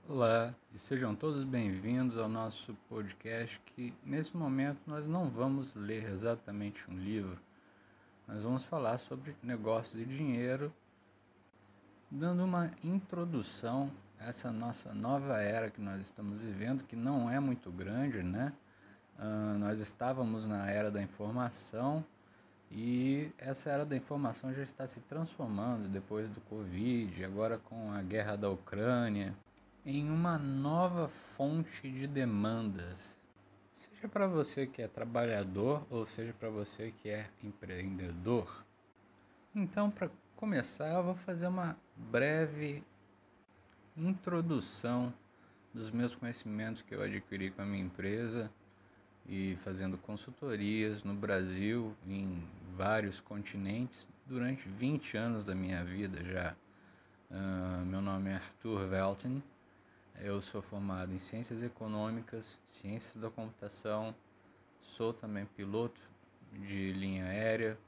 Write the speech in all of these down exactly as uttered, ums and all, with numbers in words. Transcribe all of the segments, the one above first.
Olá, e sejam todos bem-vindos ao nosso podcast que, nesse momento, nós não vamos ler exatamente um livro, nós vamos falar sobre negócios e dinheiro, dando uma introdução a essa nossa nova era que nós estamos vivendo, que não é muito grande, né? Uh, nós estávamos na era da informação e essa era da informação já está se transformando depois do Covid, agora com a guerra da Ucrânia, em uma nova fonte de demandas, seja para você que é trabalhador ou seja para você que é empreendedor. Então, para começar, eu vou fazer uma breve introdução dos meus conhecimentos que eu adquiri com a minha empresa e fazendo consultorias no Brasil, em vários continentes, durante vinte anos da minha vida já. Uh, meu nome é Arthur Velten. Eu sou formado em Ciências Econômicas, Ciências da Computação, sou também piloto de linha aérea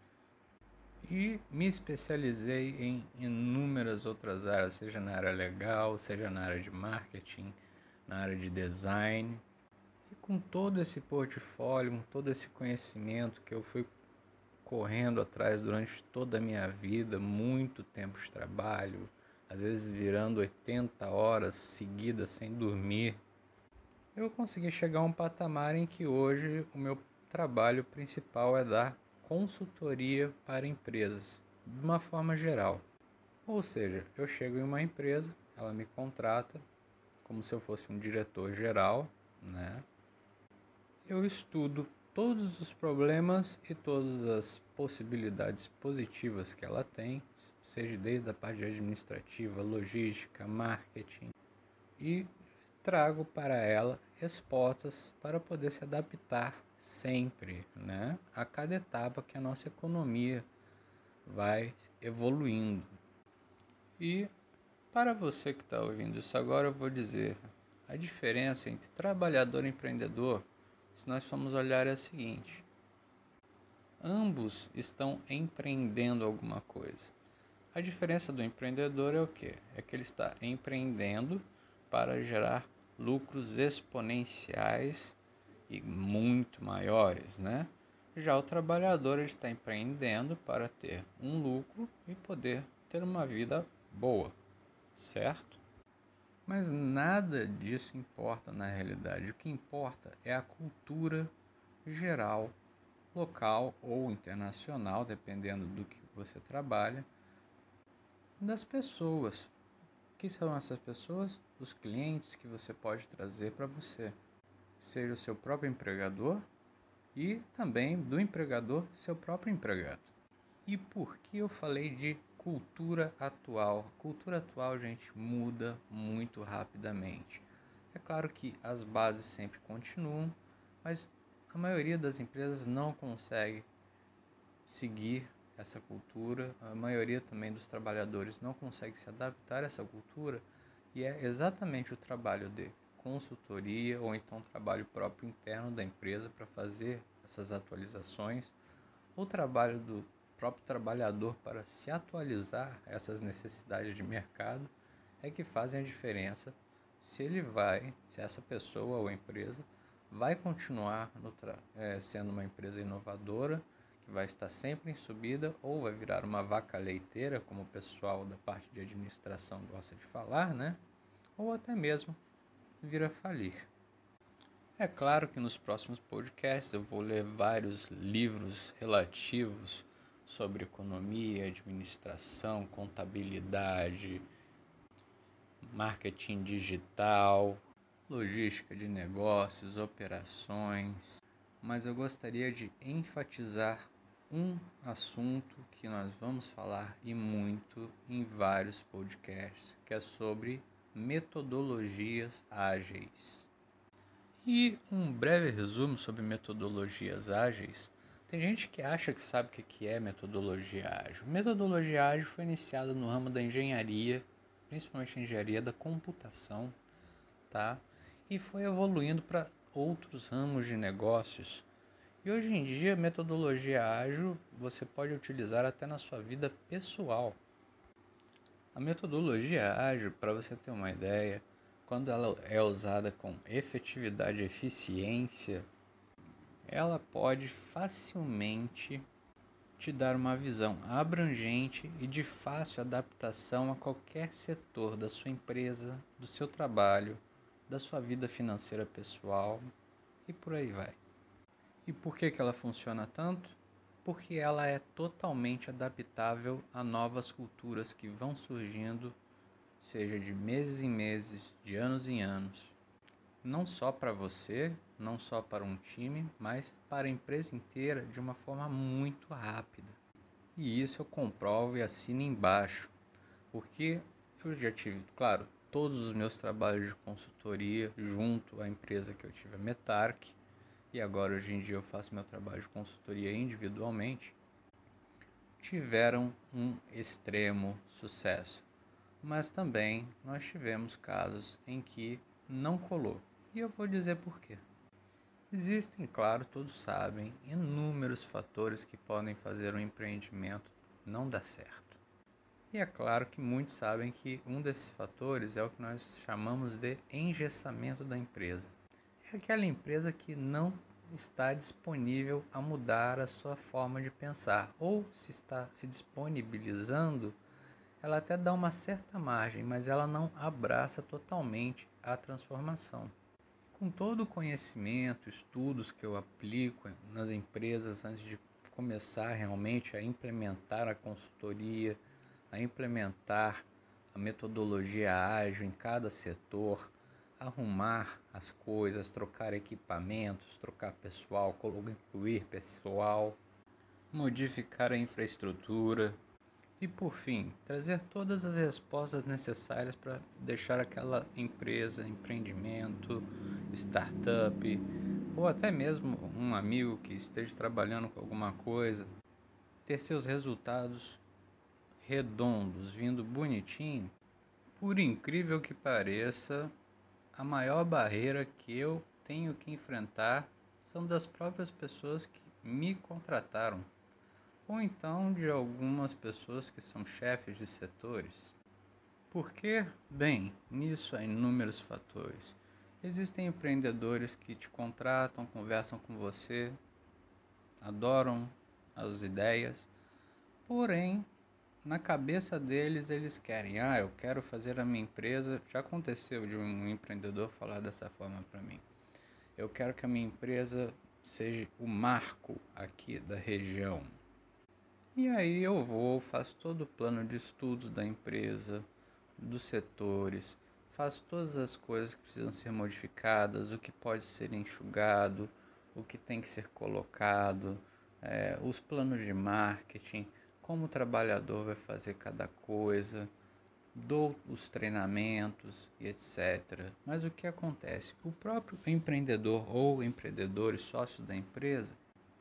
e me especializei em inúmeras outras áreas, seja na área legal, seja na área de marketing, na área de design. E com todo esse portfólio, com todo esse conhecimento que eu fui correndo atrás durante toda a minha vida, muito tempo de trabalho, às vezes virando oitenta horas seguidas sem dormir, eu consegui chegar a um patamar em que hoje o meu trabalho principal é dar consultoria para empresas, de uma forma geral. Ou seja, eu chego em uma empresa, ela me contrata como se eu fosse um diretor geral, né? Eu estudo todos os problemas e todas as possibilidades positivas que ela tem, seja desde a parte administrativa, logística, marketing, e trago para ela respostas para poder se adaptar sempre, né, a cada etapa que a nossa economia vai evoluindo. E para você que está ouvindo isso agora, eu vou dizer, a diferença entre trabalhador e empreendedor, se nós formos olhar, é a seguinte: ambos estão empreendendo alguma coisa. A diferença do empreendedor é o quê? É que ele está empreendendo para gerar lucros exponenciais e muito maiores, né? Já o trabalhador ele está empreendendo para ter um lucro e poder ter uma vida boa, certo? Mas nada disso importa na realidade. O que importa é a cultura geral, local ou internacional, dependendo do que você trabalha, das pessoas. O que são essas pessoas? Os clientes que você pode trazer para você, seja o seu próprio empregador e também do empregador seu próprio empregado. E por que eu falei de cultura atual? A cultura atual, gente, muda muito rapidamente. É claro que as bases sempre continuam, mas a maioria das empresas não consegue seguir essa cultura, a maioria também dos trabalhadores não consegue se adaptar a essa cultura, e é exatamente o trabalho de consultoria ou então trabalho próprio interno da empresa para fazer essas atualizações, o trabalho do próprio trabalhador para se atualizar a essas necessidades de mercado é que fazem a diferença se ele vai, se essa pessoa ou empresa vai continuar no é, sendo uma empresa inovadora, que vai estar sempre em subida, ou vai virar uma vaca leiteira, como o pessoal da parte de administração gosta de falar, né? Ou até mesmo vir a falir. É claro que nos próximos podcasts eu vou ler vários livros relativos sobre economia, administração, contabilidade, marketing digital, logística de negócios, operações, mas eu gostaria de enfatizar um assunto que nós vamos falar e muito em vários podcasts, que é sobre metodologias ágeis. E um breve resumo sobre metodologias ágeis. Tem gente que acha que sabe o que é metodologia ágil. Metodologia ágil foi iniciada no ramo da engenharia, principalmente a engenharia da computação, tá? E foi evoluindo para outros ramos de negócios. E hoje em dia, metodologia ágil você pode utilizar até na sua vida pessoal. A metodologia ágil, para você ter uma ideia, quando ela é usada com efetividade e eficiência, ela pode facilmente te dar uma visão abrangente e de fácil adaptação a qualquer setor da sua empresa, do seu trabalho, da sua vida financeira pessoal e por aí vai. E por que que ela funciona tanto? Porque ela é totalmente adaptável a novas culturas que vão surgindo, seja de meses em meses, de anos em anos. Não só para você, não só para um time, mas para a empresa inteira de uma forma muito rápida. E isso eu comprovo e assino embaixo, porque eu já tive, claro, todos os meus trabalhos de consultoria junto à empresa que eu tive, a Metarc, e agora hoje em dia eu faço meu trabalho de consultoria individualmente, tiveram um extremo sucesso. Mas também nós tivemos casos em que não colou. E eu vou dizer por quê. Existem, claro, todos sabem, inúmeros fatores que podem fazer um empreendimento não dar certo. E é claro que muitos sabem que um desses fatores é o que nós chamamos de engessamento da empresa. É aquela empresa que não está disponível a mudar a sua forma de pensar, ou se está se disponibilizando, ela até dá uma certa margem, mas ela não abraça totalmente a transformação. Com todo o conhecimento, estudos que eu aplico nas empresas antes de começar realmente a implementar a consultoria, a implementar a metodologia ágil em cada setor, arrumar as coisas, trocar equipamentos, trocar pessoal, incluir pessoal, modificar a infraestrutura e, por fim, trazer todas as respostas necessárias para deixar aquela empresa, empreendimento, startup ou até mesmo um amigo que esteja trabalhando com alguma coisa, ter seus resultados redondos, vindo bonitinho. Por incrível que pareça, a maior barreira que eu tenho que enfrentar são das próprias pessoas que me contrataram, ou então de algumas pessoas que são chefes de setores. Por quê? Bem, nisso há inúmeros fatores. Existem empreendedores que te contratam, conversam com você, adoram as ideias, porém, na cabeça deles, eles querem, ah, eu quero fazer a minha empresa. Já aconteceu de um empreendedor falar dessa forma para mim. Eu quero que a minha empresa seja o marco aqui da região. E aí eu vou, faço todo o plano de estudos da empresa, dos setores, faço todas as coisas que precisam ser modificadas, o que pode ser enxugado, o que tem que ser colocado, é, os planos de marketing, como o trabalhador vai fazer cada coisa, dou os treinamentos e etcétera. Mas o que acontece? O próprio empreendedor ou empreendedores, sócios da empresa,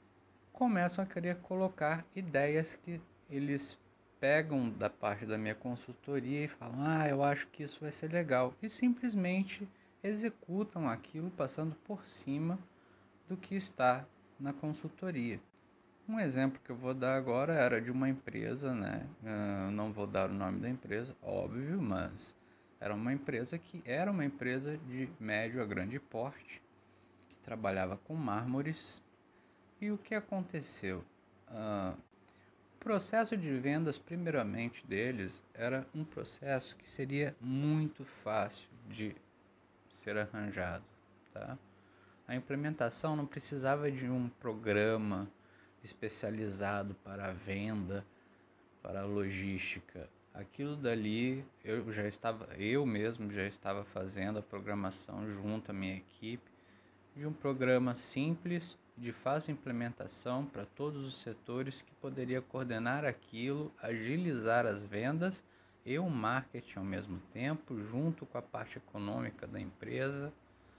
começam a querer colocar ideias que eles pegam da parte da minha consultoria e falam, ah, eu acho que isso vai ser legal. E simplesmente executam aquilo passando por cima do que está na consultoria. Um exemplo que eu vou dar agora era de uma empresa, né? Eu não vou dar o nome da empresa, óbvio, mas era uma empresa que era uma empresa de médio a grande porte, que trabalhava com mármores. E o que aconteceu? Uh, o processo de vendas, primeiramente deles, era um processo que seria muito fácil de ser arranjado, tá? A implementação não precisava de um programa especializado para a venda, para a logística. Aquilo dali eu já estava, eu mesmo já estava fazendo a programação junto à minha equipe de um programa simples, de fácil implementação para todos os setores que poderia coordenar aquilo, agilizar as vendas e o marketing ao mesmo tempo, junto com a parte econômica da empresa,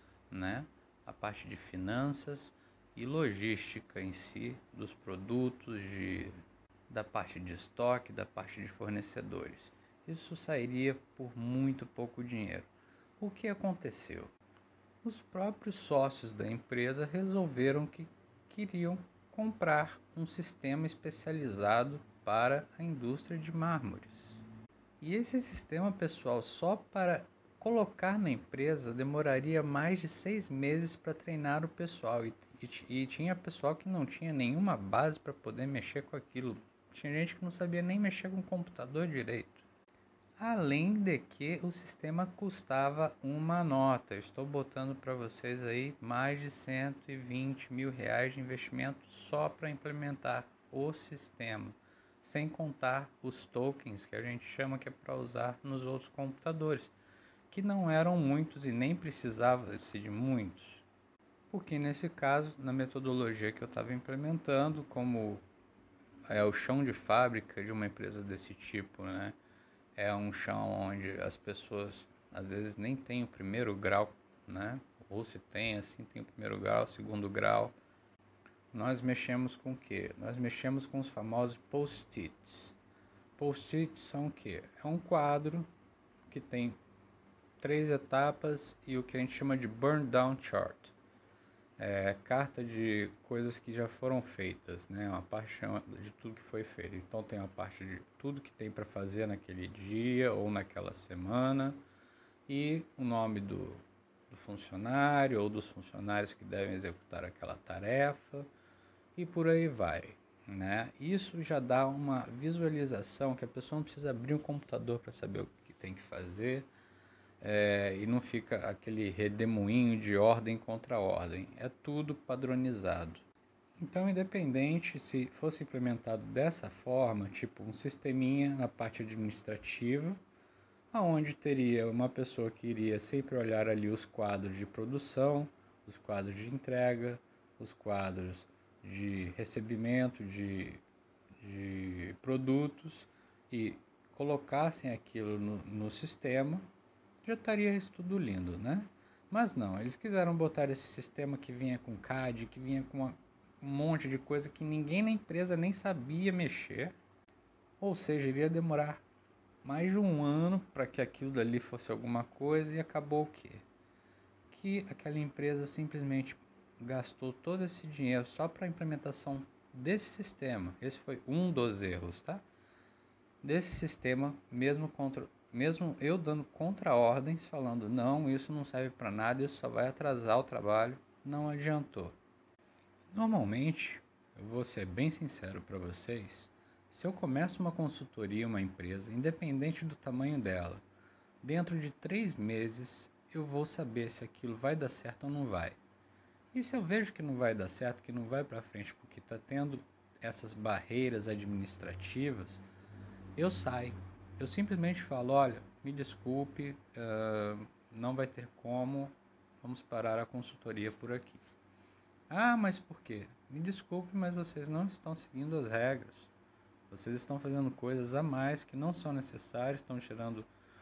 né? A parte de finanças e logística em si, dos produtos, de, da parte de estoque, da parte de fornecedores. Isso sairia por muito pouco dinheiro. O que aconteceu? Os próprios sócios da empresa resolveram que queriam comprar um sistema especializado para a indústria de mármores. E esse sistema, pessoal, só para colocar na empresa demoraria mais de seis meses para treinar o pessoal e, e, e tinha pessoal que não tinha nenhuma base para poder mexer com aquilo. Tinha gente que não sabia nem mexer com o computador direito. Além de que o sistema custava uma nota. Eu estou botando para vocês aí mais de cento e vinte mil reais de investimento só para implementar o sistema, sem contar os tokens que a gente chama que é para usar nos outros computadores, que não eram muitos e nem precisava-se de muitos. Porque nesse caso, na metodologia que eu estava implementando, como é o chão de fábrica de uma empresa desse tipo, né? É um chão onde as pessoas às vezes nem têm o primeiro grau, né? Ou se tem, assim, tem o primeiro grau, o segundo grau. Nós mexemos com o quê? Nós mexemos com os famosos post-its. Post-its são o quê? É um quadro que tem três etapas e o que a gente chama de burn down chart. É carta de coisas que já foram feitas, né? Uma parte de tudo que foi feito. Então tem uma parte de tudo que tem para fazer naquele dia ou naquela semana e o nome do, do funcionário ou dos funcionários que devem executar aquela tarefa e por aí vai, né? Isso já dá uma visualização que a pessoa não precisa abrir um computador para saber o que tem que fazer. É, e não fica aquele redemoinho de ordem contra ordem. É tudo padronizado. Então, independente se fosse implementado dessa forma, tipo um sisteminha na parte administrativa, aonde teria uma pessoa que iria sempre olhar ali os quadros de produção, os quadros de entrega, os quadros de recebimento de, de produtos e colocassem aquilo no, no sistema, já estaria isso tudo lindo, né? Mas não, eles quiseram botar esse sistema que vinha com C A D, que vinha com uma, um monte de coisa que ninguém na empresa nem sabia mexer. Ou seja, iria demorar mais de um ano para que aquilo dali fosse alguma coisa e acabou o quê? Que aquela empresa simplesmente gastou todo esse dinheiro só para a implementação desse sistema. Esse foi um dos erros, tá? Desse sistema, mesmo contra mesmo eu dando contra-ordens, falando não, isso não serve para nada, isso só vai atrasar o trabalho, não adiantou. Normalmente, eu vou ser bem sincero para vocês, se eu começo uma consultoria, uma empresa, independente do tamanho dela, dentro de três meses eu vou saber se aquilo vai dar certo ou não vai. E se eu vejo que não vai dar certo, que não vai para frente porque está tendo essas barreiras administrativas, eu saio. Eu simplesmente falo, olha, me desculpe, uh, não vai ter como, vamos parar a consultoria por aqui. Ah, mas por quê? Me desculpe, mas vocês não estão seguindo as regras. Vocês estão fazendo coisas a mais que não são necessárias, estão gerando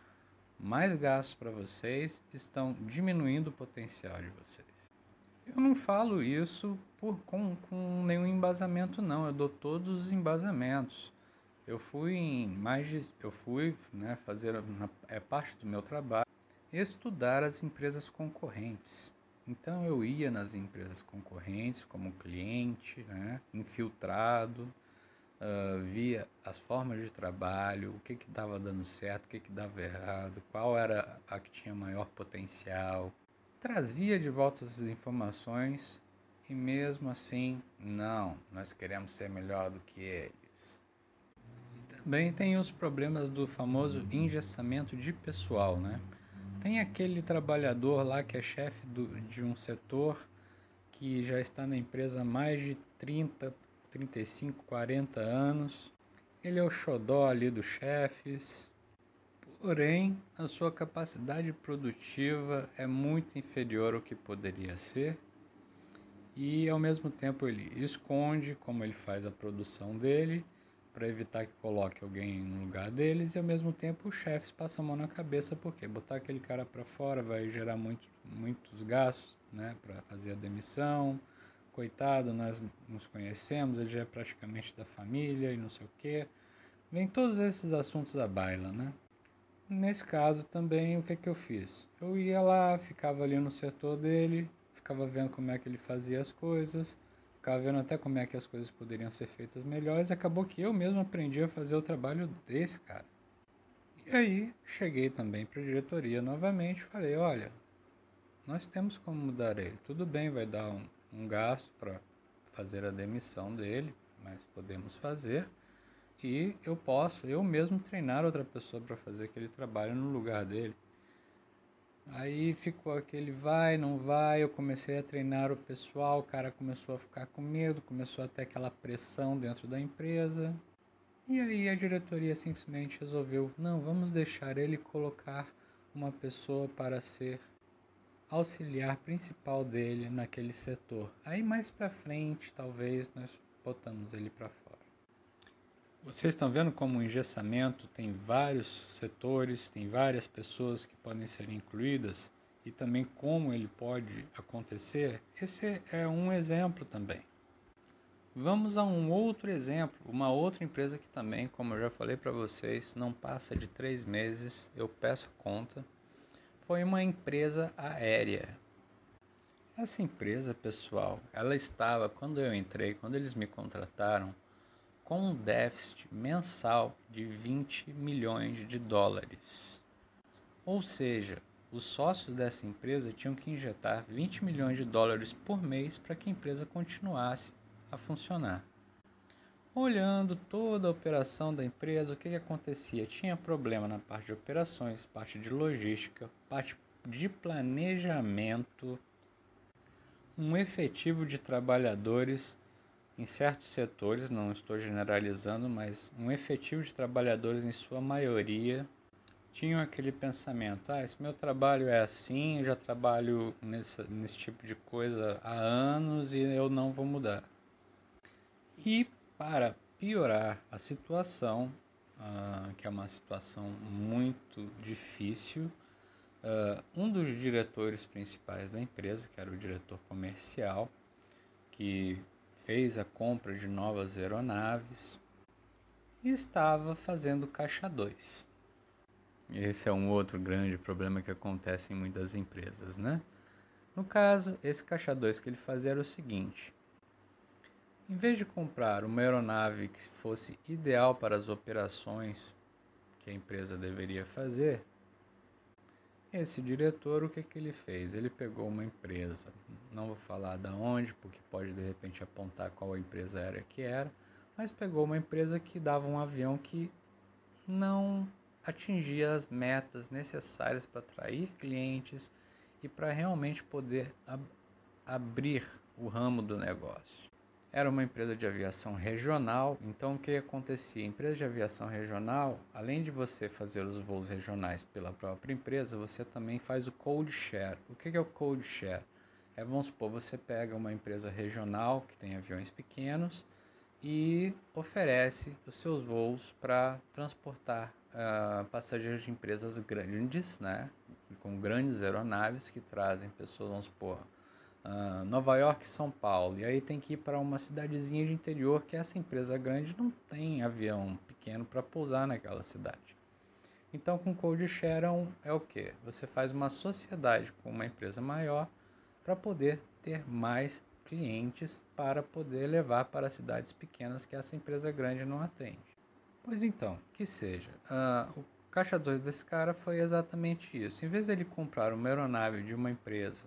mais gastos para vocês, estão diminuindo o potencial de vocês. Eu não falo isso por, com, com nenhum embasamento, não. Eu dou todos os embasamentos. Eu fui em mais de, eu fui, né, fazer na, é parte do meu trabalho, estudar as empresas concorrentes. Então eu ia nas empresas concorrentes como cliente, né, infiltrado, uh, via as formas de trabalho, o que que estava dando certo, o que que dava errado, qual era a que tinha maior potencial. Trazia de volta as informações e mesmo assim, não, nós queremos ser melhor do que eles. Também tem os problemas do famoso engessamento de pessoal, né? Tem aquele trabalhador lá que é chefe do, de um setor que já está na empresa há mais de trinta, trinta e cinco, quarenta anos. Ele é o xodó ali dos chefes, porém a sua capacidade produtiva é muito inferior ao que poderia ser e ao mesmo tempo ele esconde como ele faz a produção dele para evitar que coloque alguém no lugar deles e ao mesmo tempo os chefes passam a mão na cabeça porque botar aquele cara para fora vai gerar muito, muitos gastos, né, para fazer a demissão. Coitado, nós nos conhecemos, ele já é praticamente da família e não sei o que. Vem todos esses assuntos à baila, né? Nesse caso também, o que que eu fiz? Eu ia lá, ficava ali no setor dele, ficava vendo como é que ele fazia as coisas, ficava vendo até como é que as coisas poderiam ser feitas melhores, e acabou que eu mesmo aprendi a fazer o trabalho desse cara. E aí cheguei também para a diretoria novamente e falei, olha, nós temos como mudar ele. Tudo bem, vai dar um, um gasto para fazer a demissão dele, mas podemos fazer. E eu posso, eu mesmo, treinar outra pessoa para fazer aquele trabalho no lugar dele. Aí ficou aquele vai, não vai, eu comecei a treinar o pessoal, o cara começou a ficar com medo, começou a ter aquela pressão dentro da empresa. E aí a diretoria simplesmente resolveu, não, vamos deixar ele colocar uma pessoa para ser auxiliar principal dele naquele setor. Aí mais para frente, talvez, nós botamos ele para fora. Vocês estão vendo como o engessamento tem vários setores, tem várias pessoas que podem ser incluídas e também como ele pode acontecer? Esse é um exemplo também. Vamos a um outro exemplo, uma outra empresa que também, como eu já falei para vocês, não passa de três meses, eu peço conta, foi uma empresa aérea. Essa empresa, pessoal, ela estava, quando eu entrei, quando eles me contrataram, com um déficit mensal de vinte milhões de dólares. Ou seja, os sócios dessa empresa tinham que injetar vinte milhões de dólares por mês para que a empresa continuasse a funcionar. Olhando toda a operação da empresa, o que, que acontecia? Tinha problema na parte de operações, parte de logística, parte de planejamento, um efetivo de trabalhadores em certos setores, não estou generalizando, mas um efetivo de trabalhadores em sua maioria tinham aquele pensamento, ah, esse meu trabalho é assim, eu já trabalho nesse, nesse tipo de coisa há anos e eu não vou mudar. E para piorar a situação, uh, que é uma situação muito difícil, uh, um dos diretores principais da empresa, que era o diretor comercial, que fez a compra de novas aeronaves, estava fazendo caixa dois. Esse é um outro grande problema que acontece em muitas empresas, né? No caso, esse caixa dois que ele fazia era o seguinte: em vez de comprar uma aeronave que fosse ideal para as operações que a empresa deveria fazer, esse diretor, o que, que ele fez? Ele pegou uma empresa, não vou falar da onde, porque pode de repente apontar qual a empresa era que era, mas pegou uma empresa que dava um avião que não atingia as metas necessárias para atrair clientes e para realmente poder ab- abrir o ramo do negócio. Era uma empresa de aviação regional, então o que acontecia? A empresa de aviação regional, além de você fazer os voos regionais pela própria empresa, você também faz o code share. O que é o code share? É, vamos supor, você pega uma empresa regional que tem aviões pequenos e oferece os seus voos para transportar uh, passageiros de empresas grandes, né, com grandes aeronaves que trazem pessoas, vamos supor, Uh, Nova York e São Paulo, e aí tem que ir para uma cidadezinha de interior que essa empresa grande não tem avião pequeno para pousar naquela cidade. Então com code share é o que? Você faz uma sociedade com uma empresa maior para poder ter mais clientes para poder levar para cidades pequenas que essa empresa grande não atende. Pois então, que seja, uh, o caixa dois desse cara foi exatamente isso. Em vez dele comprar uma aeronave de uma empresa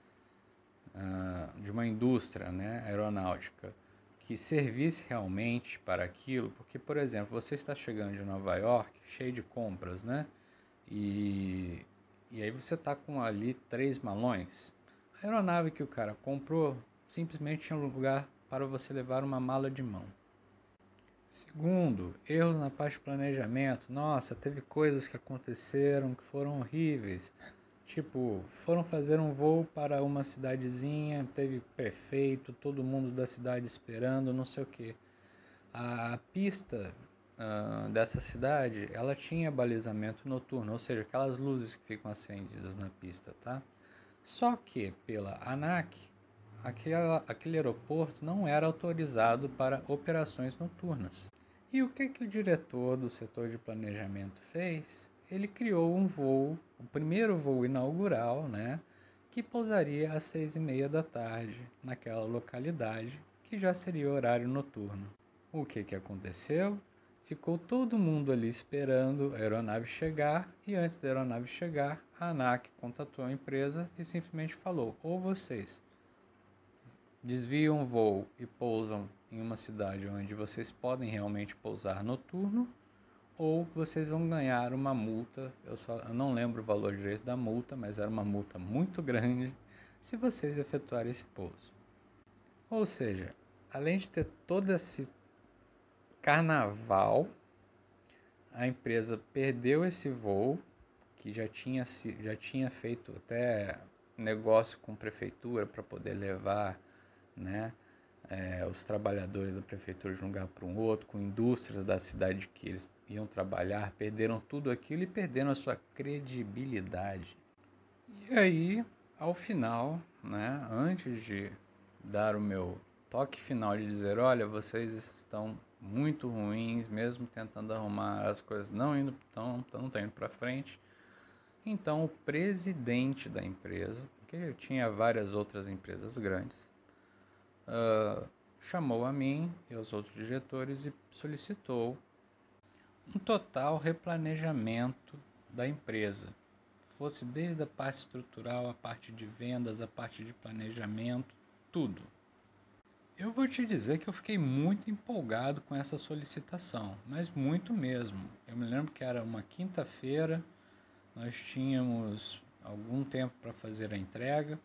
de uma indústria, né, aeronáutica que servisse realmente para aquilo, porque, por exemplo, você está chegando de Nova York cheio de compras, né, e, e aí você está com ali três malões. A aeronave que o cara comprou simplesmente tinha um lugar para você levar uma mala de mão. Segundo, erros na parte de planejamento. Nossa, teve coisas que aconteceram que foram horríveis. Tipo, foram fazer um voo para uma cidadezinha, teve prefeito, todo mundo da cidade esperando, não sei o que. A pista uh, dessa cidade, ela tinha balizamento noturno, ou seja, aquelas luzes que ficam acendidas na pista, tá? Só que pela ANAC, aquela, aquele aeroporto não era autorizado para operações noturnas. E o que, que o diretor do setor de planejamento fez? Ele criou um voo, o primeiro voo inaugural, né, que pousaria às seis e meia da tarde naquela localidade, que já seria horário noturno. O que, que aconteceu? ficou todo mundo ali esperando a aeronave chegar, e antes da aeronave chegar, a ANAC contatou a empresa e simplesmente falou: ou vocês desviam o voo e pousam em uma cidade onde vocês podem realmente pousar noturno, ou vocês vão ganhar uma multa. Eu, só, eu não lembro o valor direito da multa, mas era uma multa muito grande se vocês efetuarem esse pouso. Ou seja, além de ter todo esse carnaval, a empresa perdeu esse voo, que já tinha, já tinha feito até negócio com a prefeitura para poder levar, né, é, os trabalhadores da prefeitura de um lugar para um outro, com indústrias da cidade que eles iam trabalhar, perderam tudo aquilo e perderam a sua credibilidade. E aí, ao final, né, antes de dar o meu toque final de dizer: olha, vocês estão muito ruins, mesmo tentando arrumar as coisas, não indo tão, não estão indo para frente. Então o presidente da empresa, que tinha várias outras empresas grandes, uh, chamou a mim e aos outros diretores e solicitou um total replanejamento da empresa. Fosse desde a parte estrutural, a parte de vendas, a parte de planejamento, tudo. Eu vou te dizer que eu fiquei muito empolgado com essa solicitação, mas muito mesmo. Eu me lembro que era uma quinta-feira, nós tínhamos algum tempo para fazer a entrega,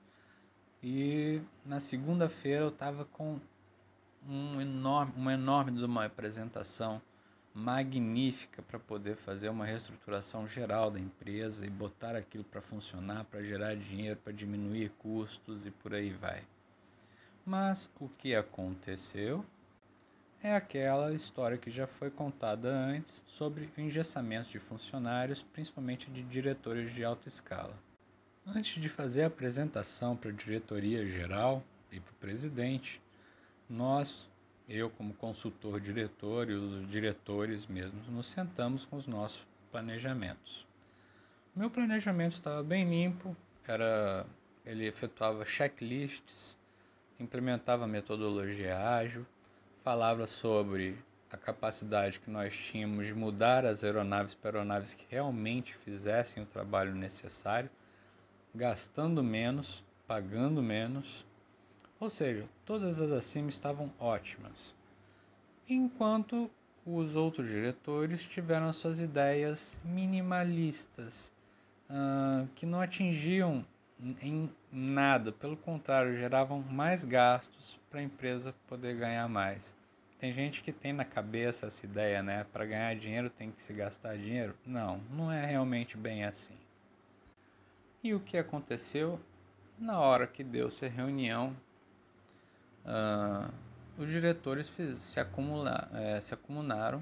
e na segunda-feira eu estava com um enorme, uma enorme de uma apresentação magnífica para poder fazer uma reestruturação geral da empresa e botar aquilo para funcionar, para gerar dinheiro, para diminuir custos e por aí vai. Mas o que aconteceu é aquela história que já foi contada antes sobre o engessamento de funcionários, principalmente de diretores de alta escala. Antes de fazer a apresentação para a diretoria geral e para o presidente, nós, eu como consultor diretor e os diretores mesmos, nos sentamos com os nossos planejamentos. Meu planejamento estava bem limpo, era, ele efetuava checklists, implementava a metodologia ágil, falava sobre a capacidade que nós tínhamos de mudar as aeronaves para aeronaves que realmente fizessem o trabalho necessário, gastando menos, pagando menos, ou seja, todas as acima estavam ótimas. Enquanto os outros diretores tiveram suas ideias minimalistas, uh, que não atingiam em nada, pelo contrário, geravam mais gastos para a empresa poder ganhar mais. Tem gente que tem na cabeça essa ideia, né? Para ganhar dinheiro tem que se gastar dinheiro. Não, não é realmente bem assim. E o que aconteceu? Na hora que deu-se a reunião, uh, os diretores fiz, se, acumula, é, se acumularam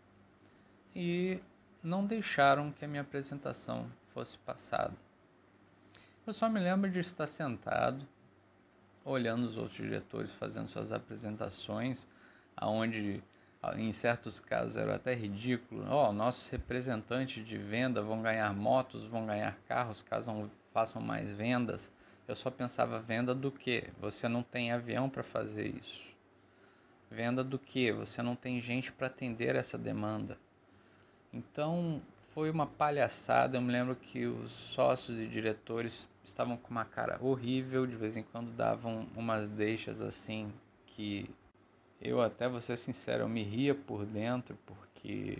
e não deixaram que a minha apresentação fosse passada. Eu só me lembro de estar sentado, olhando os outros diretores fazendo suas apresentações, aonde em certos casos era até ridículo. Ó, oh, nossos representantes de venda vão ganhar motos, vão ganhar carros caso façam mais vendas. Eu só pensava: venda do quê? Você não tem avião para fazer isso. Venda do quê? Você não tem gente para atender essa demanda. Então foi uma palhaçada. Eu me lembro que os sócios e diretores estavam com uma cara horrível, de vez em quando davam umas deixas assim que eu, até vou ser sincero, eu me ria por dentro, porque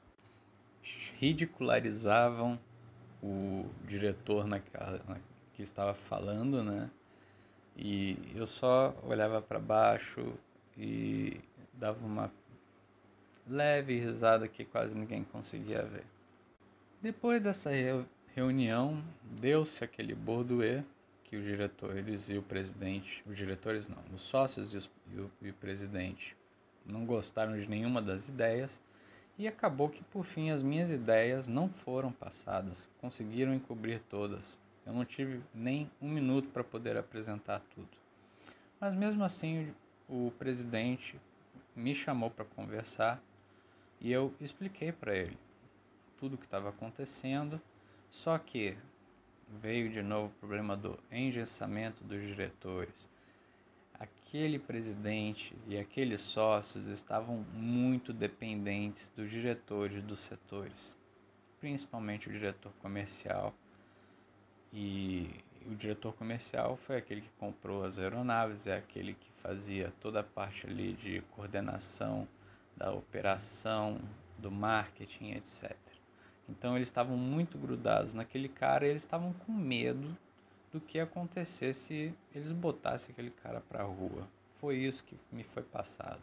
ridicularizavam o diretor naquela, na, que estava falando, né? E eu só olhava para baixo e dava uma leve risada que quase ninguém conseguia ver. Depois dessa reunião, deu-se aquele bordoê que os diretores e o presidente, os diretores não, os sócios e, os, e, o, e o presidente não gostaram de nenhuma das ideias, e acabou que por fim as minhas ideias não foram passadas, conseguiram encobrir todas. Eu não tive nem um minuto para poder apresentar tudo. Mas mesmo assim o presidente me chamou para conversar e eu expliquei para ele tudo o que estava acontecendo, só que veio de novo o problema do engessamento dos diretores. aquele presidente e aqueles sócios estavam muito dependentes dos diretores dos setores, principalmente o diretor comercial. E o diretor comercial foi aquele que comprou as aeronaves, é aquele que fazia toda a parte ali de coordenação da operação, do marketing, etcétera. Então eles estavam muito grudados naquele cara e eles estavam com medo do que ia acontecer se eles botassem aquele cara para a rua. Foi isso que me foi passado.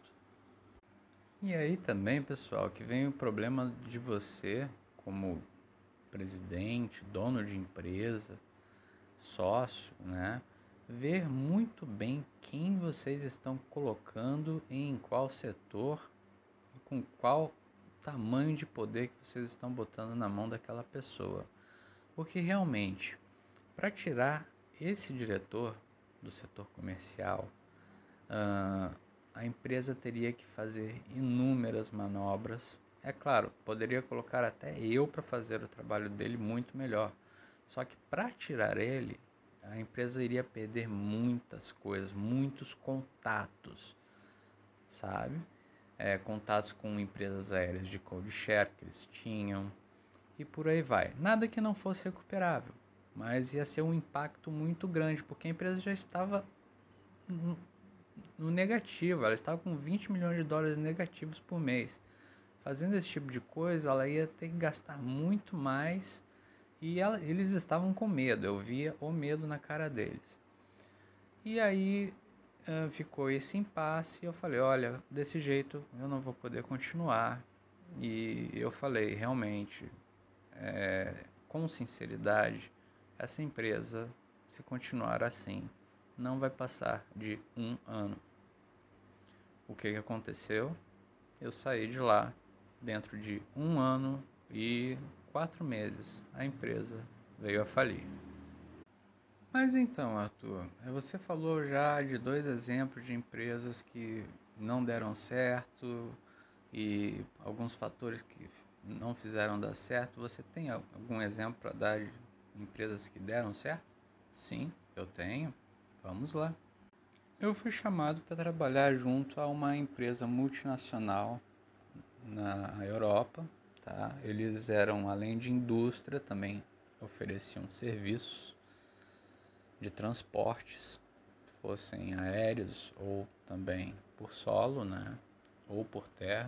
E aí também, pessoal, que vem o problema de você, como presidente, dono de empresa, sócio, né? Ver muito bem quem vocês estão colocando em qual setor e com qual tamanho de poder que vocês estão botando na mão daquela pessoa. Porque realmente, para tirar esse diretor do setor comercial, uh, a empresa teria que fazer inúmeras manobras. É claro, poderia colocar até eu para fazer o trabalho dele muito melhor. Só que para tirar ele, a empresa iria perder muitas coisas, muitos contatos, sabe? É, contatos com empresas aéreas de code share que eles tinham e por aí vai. Nada que não fosse recuperável, mas ia ser um impacto muito grande, porque a empresa já estava no, no negativo, ela estava com vinte milhões de dólares negativos por mês. Fazendo esse tipo de coisa, ela ia ter que gastar muito mais e ela, eles estavam com medo, eu via o medo na cara deles. E aí uh, ficou esse impasse e eu falei, olha, desse jeito eu não vou poder continuar. E eu falei, realmente, é, com sinceridade, essa empresa, se continuar assim, não vai passar de um ano. O que, que aconteceu? Eu saí de lá dentro de um ano e quatro meses. A empresa veio a falir. Mas então, Arthur, você falou já de dois exemplos de empresas que não deram certo e alguns fatores que não fizeram dar certo. Você tem algum exemplo para dar de empresas que deram certo? Sim, eu tenho. Vamos lá. Eu fui chamado para trabalhar junto a uma empresa multinacional na Europa, tá? Eles eram, além de indústria, também ofereciam serviços de transportes, fossem aéreos ou também por solo, né? Ou por terra.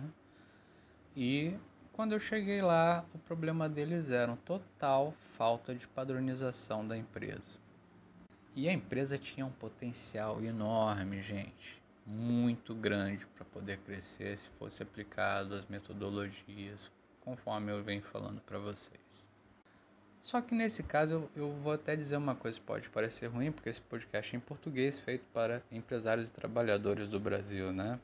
E quando eu cheguei lá, o problema deles era uma total falta de padronização da empresa. E a empresa tinha um potencial enorme, gente, muito grande para poder crescer se fosse aplicado as metodologias, conforme eu venho falando para vocês. Só que nesse caso eu, eu vou até dizer uma coisa que pode parecer ruim, porque esse podcast é em português, feito para empresários e trabalhadores do Brasil, né?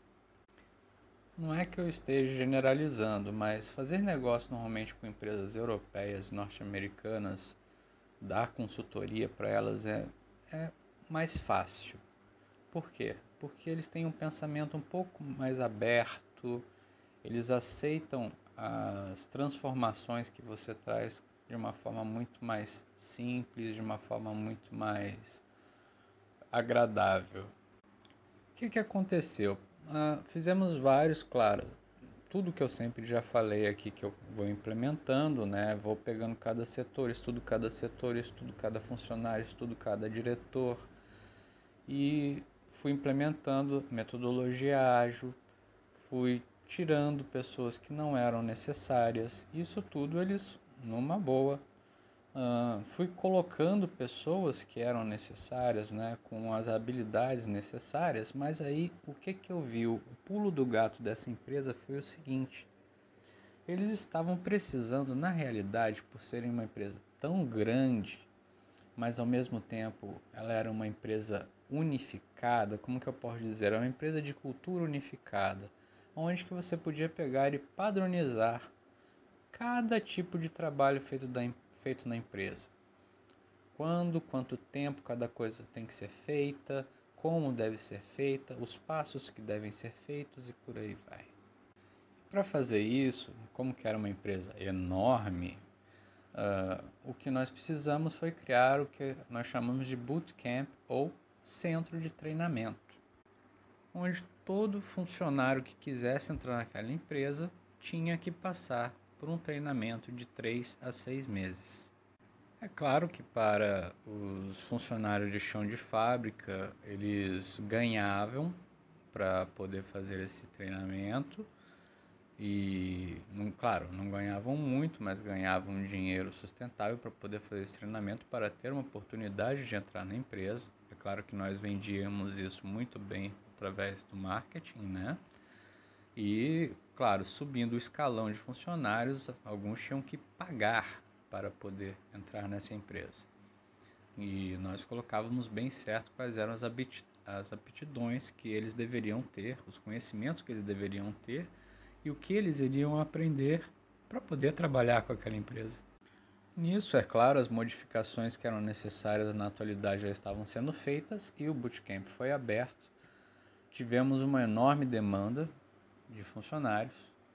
Não é que eu esteja generalizando, mas fazer negócio normalmente com empresas europeias e norte-americanas, dar consultoria para elas é, é mais fácil. Por quê? Porque eles têm um pensamento um pouco mais aberto, eles aceitam as transformações que você traz de uma forma muito mais simples, de uma forma muito mais agradável. O que, que aconteceu? Uh, fizemos vários, claro, tudo que eu sempre já falei aqui que eu vou implementando, né? Vou pegando cada setor, estudo cada setor, estudo cada funcionário, estudo cada diretor e fui implementando metodologia ágil, fui tirando pessoas que não eram necessárias. Isso tudo eles numa boa. Uh, fui colocando pessoas que eram necessárias, né, com as habilidades necessárias, mas aí o que, que eu vi? O pulo do gato dessa empresa foi o seguinte: eles estavam precisando, na realidade, por serem uma empresa tão grande, mas ao mesmo tempo ela era uma empresa unificada, como que eu posso dizer? Era uma empresa de cultura unificada, onde que você podia pegar e padronizar cada tipo de trabalho feito da empresa. feito na empresa. Quando, quanto tempo cada coisa tem que ser feita, como deve ser feita, os passos que devem ser feitos e por aí vai. Para fazer isso, como que era uma empresa enorme, uh, o que nós precisamos foi criar o que nós chamamos de bootcamp ou centro de treinamento. onde todo funcionário que quisesse entrar naquela empresa tinha que passar por um treinamento de três a seis meses. É claro que para os funcionários de chão de fábrica, eles ganhavam para poder fazer esse treinamento e, não, claro, não ganhavam muito, mas ganhavam um dinheiro sustentável para poder fazer esse treinamento para ter uma oportunidade de entrar na empresa. É claro que nós vendíamos isso muito bem através do marketing, né? E, claro, subindo o escalão de funcionários, alguns tinham que pagar para poder entrar nessa empresa. E nós colocávamos bem certo quais eram as aptidões que eles deveriam ter, os conhecimentos que eles deveriam ter e o que eles iriam aprender para poder trabalhar com aquela empresa. Nisso, é claro, as modificações que eram necessárias na atualidade já estavam sendo feitas e o bootcamp foi aberto. Tivemos uma enorme demanda de funcionários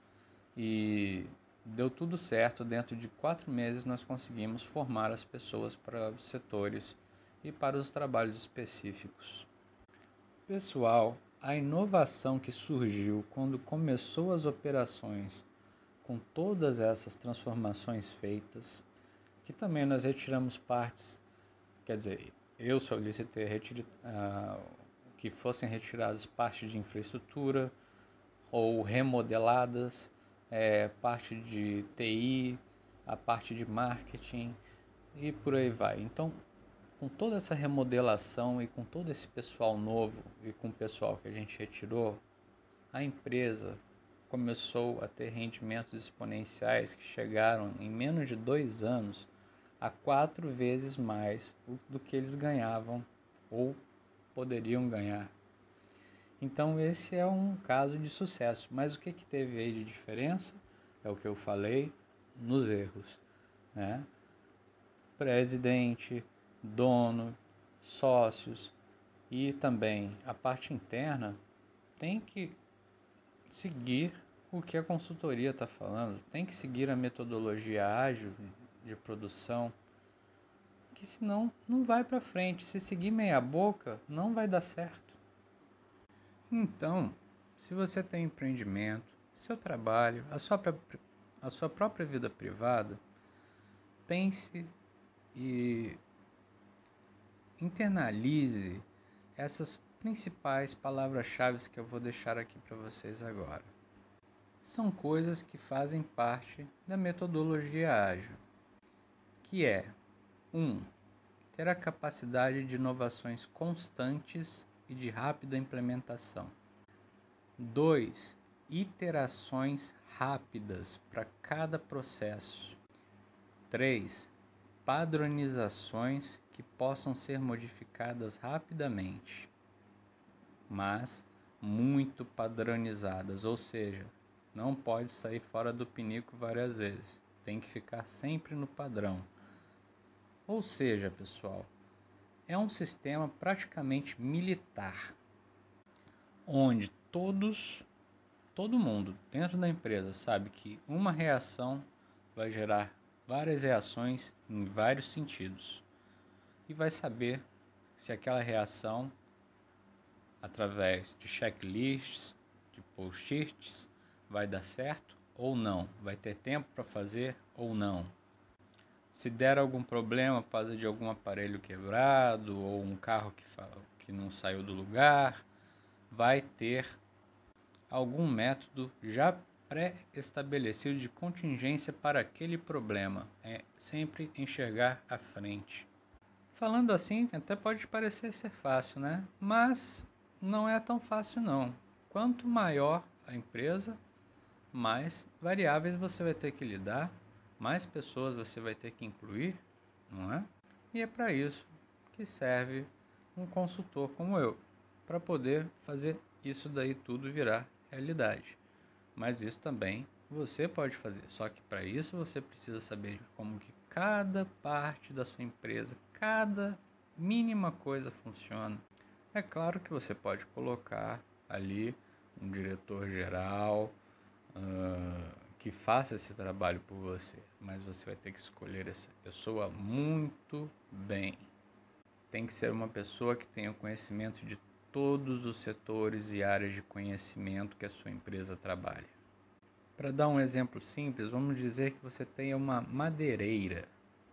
e deu tudo certo. Dentro de quatro meses nós conseguimos formar as pessoas para os setores e para os trabalhos específicos. Pessoal, a inovação que surgiu quando começou as operações, com todas essas transformações feitas, que também nós retiramos partes, quer dizer, eu solicitei retira, uh, que fossem retiradas partes de infraestrutura ou remodeladas, é, parte de T I, a parte de marketing e por aí vai. Então, com toda essa remodelação e com todo esse pessoal novo e com o pessoal que a gente retirou, a empresa começou a ter rendimentos exponenciais que chegaram em menos de dois anos a quatro vezes mais do que eles ganhavam ou poderiam ganhar. Então esse é um caso de sucesso. Mas o que, que teve aí de diferença? É o que eu falei nos erros, né? Presidente, dono, sócios e também a parte interna tem que seguir o que a consultoria está falando, tem que seguir a metodologia ágil de produção, que senão não vai para frente. Se seguir meia boca, não vai dar certo. Então, se você tem empreendimento, seu trabalho, a sua, a sua própria vida privada, pense e internalize essas principais palavras-chave que eu vou deixar aqui para vocês agora. São coisas que fazem parte da metodologia ágil, que é um ter a capacidade de inovações constantes e de rápida implementação. dois Iterações rápidas para cada processo. três Padronizações que possam ser modificadas rapidamente, mas muito padronizadas, ou seja, não pode sair fora do pinico várias vezes, tem que ficar sempre no padrão. Ou seja, pessoal, é um sistema praticamente militar, onde todos, todo mundo dentro da empresa sabe que uma reação vai gerar várias reações em vários sentidos e vai saber se aquela reação, através de checklists, de post-its, vai dar certo ou não, vai ter tempo para fazer ou não. Se der algum problema por causa de algum aparelho quebrado ou um carro que, que não saiu do lugar, vai ter algum método já pré-estabelecido de contingência para aquele problema. É sempre enxergar à frente. Falando assim, até pode parecer ser fácil, né? Mas não é tão fácil não. Quanto maior a empresa, mais variáveis você vai ter que lidar, mais pessoas você vai ter que incluir, não é? E é para isso que serve um consultor como eu, para poder fazer isso daí tudo virar realidade. Mas isso também você pode fazer, só que para isso você precisa saber como que cada parte da sua empresa, cada mínima coisa funciona. É claro que você pode colocar ali um diretor geral uh, que faça esse trabalho por você, mas você vai ter que escolher essa pessoa muito bem. Tem que ser uma pessoa que tenha conhecimento de todos os setores e áreas de conhecimento que a sua empresa trabalha. Para dar um exemplo simples, vamos dizer que você tenha uma madeireira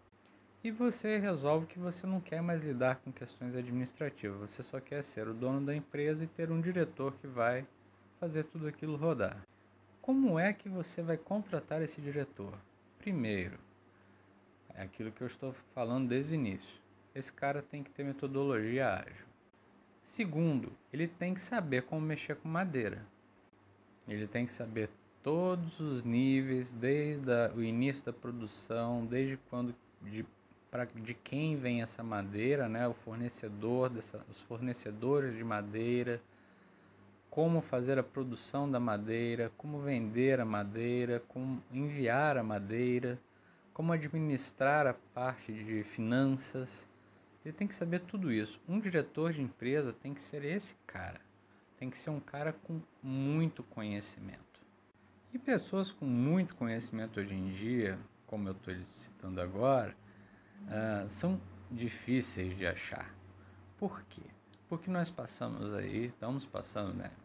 e você resolve que você não quer mais lidar com questões administrativas, você só quer ser o dono da empresa e ter um diretor que vai fazer tudo aquilo rodar. Como é que você vai contratar esse diretor? Primeiro, é aquilo que eu estou falando desde o início. Esse cara tem que ter metodologia ágil. Segundo, ele tem que saber como mexer com madeira. Ele tem que saber todos os níveis, desde a, o início da produção, desde quando de, pra, de quem vem essa madeira, né, o fornecedor dessa, os fornecedores de madeira, como fazer a produção da madeira, como vender a madeira, como enviar a madeira, como administrar a parte de finanças. Ele tem que saber tudo isso. Um diretor de empresa tem que ser esse cara. Tem que ser um cara com muito conhecimento. E pessoas com muito conhecimento hoje em dia, como eu estou citando agora, uh, são difíceis de achar. Por quê? Porque nós passamos aí, estamos passando, né,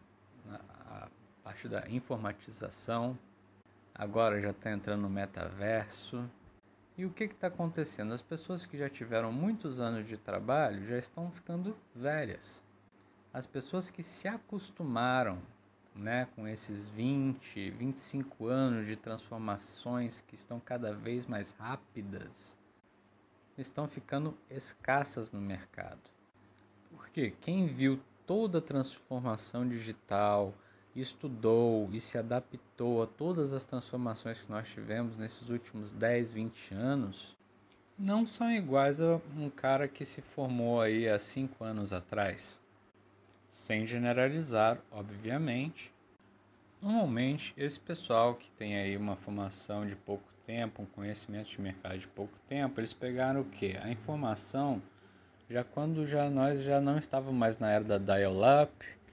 a parte da informatização, agora já está entrando no metaverso. E o que está acontecendo? As pessoas que já tiveram muitos anos de trabalho já estão ficando velhas. As pessoas que se acostumaram, né, com esses vinte, vinte e cinco anos de transformações que estão cada vez mais rápidas, estão ficando escassas no mercado. Porque quem viu toda a transformação digital, estudou e se adaptou a todas as transformações que nós tivemos nesses últimos dez, vinte anos, não são iguais a um cara que se formou aí há cinco anos atrás. Sem generalizar, obviamente. Normalmente, esse pessoal que tem aí uma formação de pouco tempo, um conhecimento de mercado de pouco tempo, eles pegaram o quê? A informação já quando já nós já não estávamos mais na era da dial-up,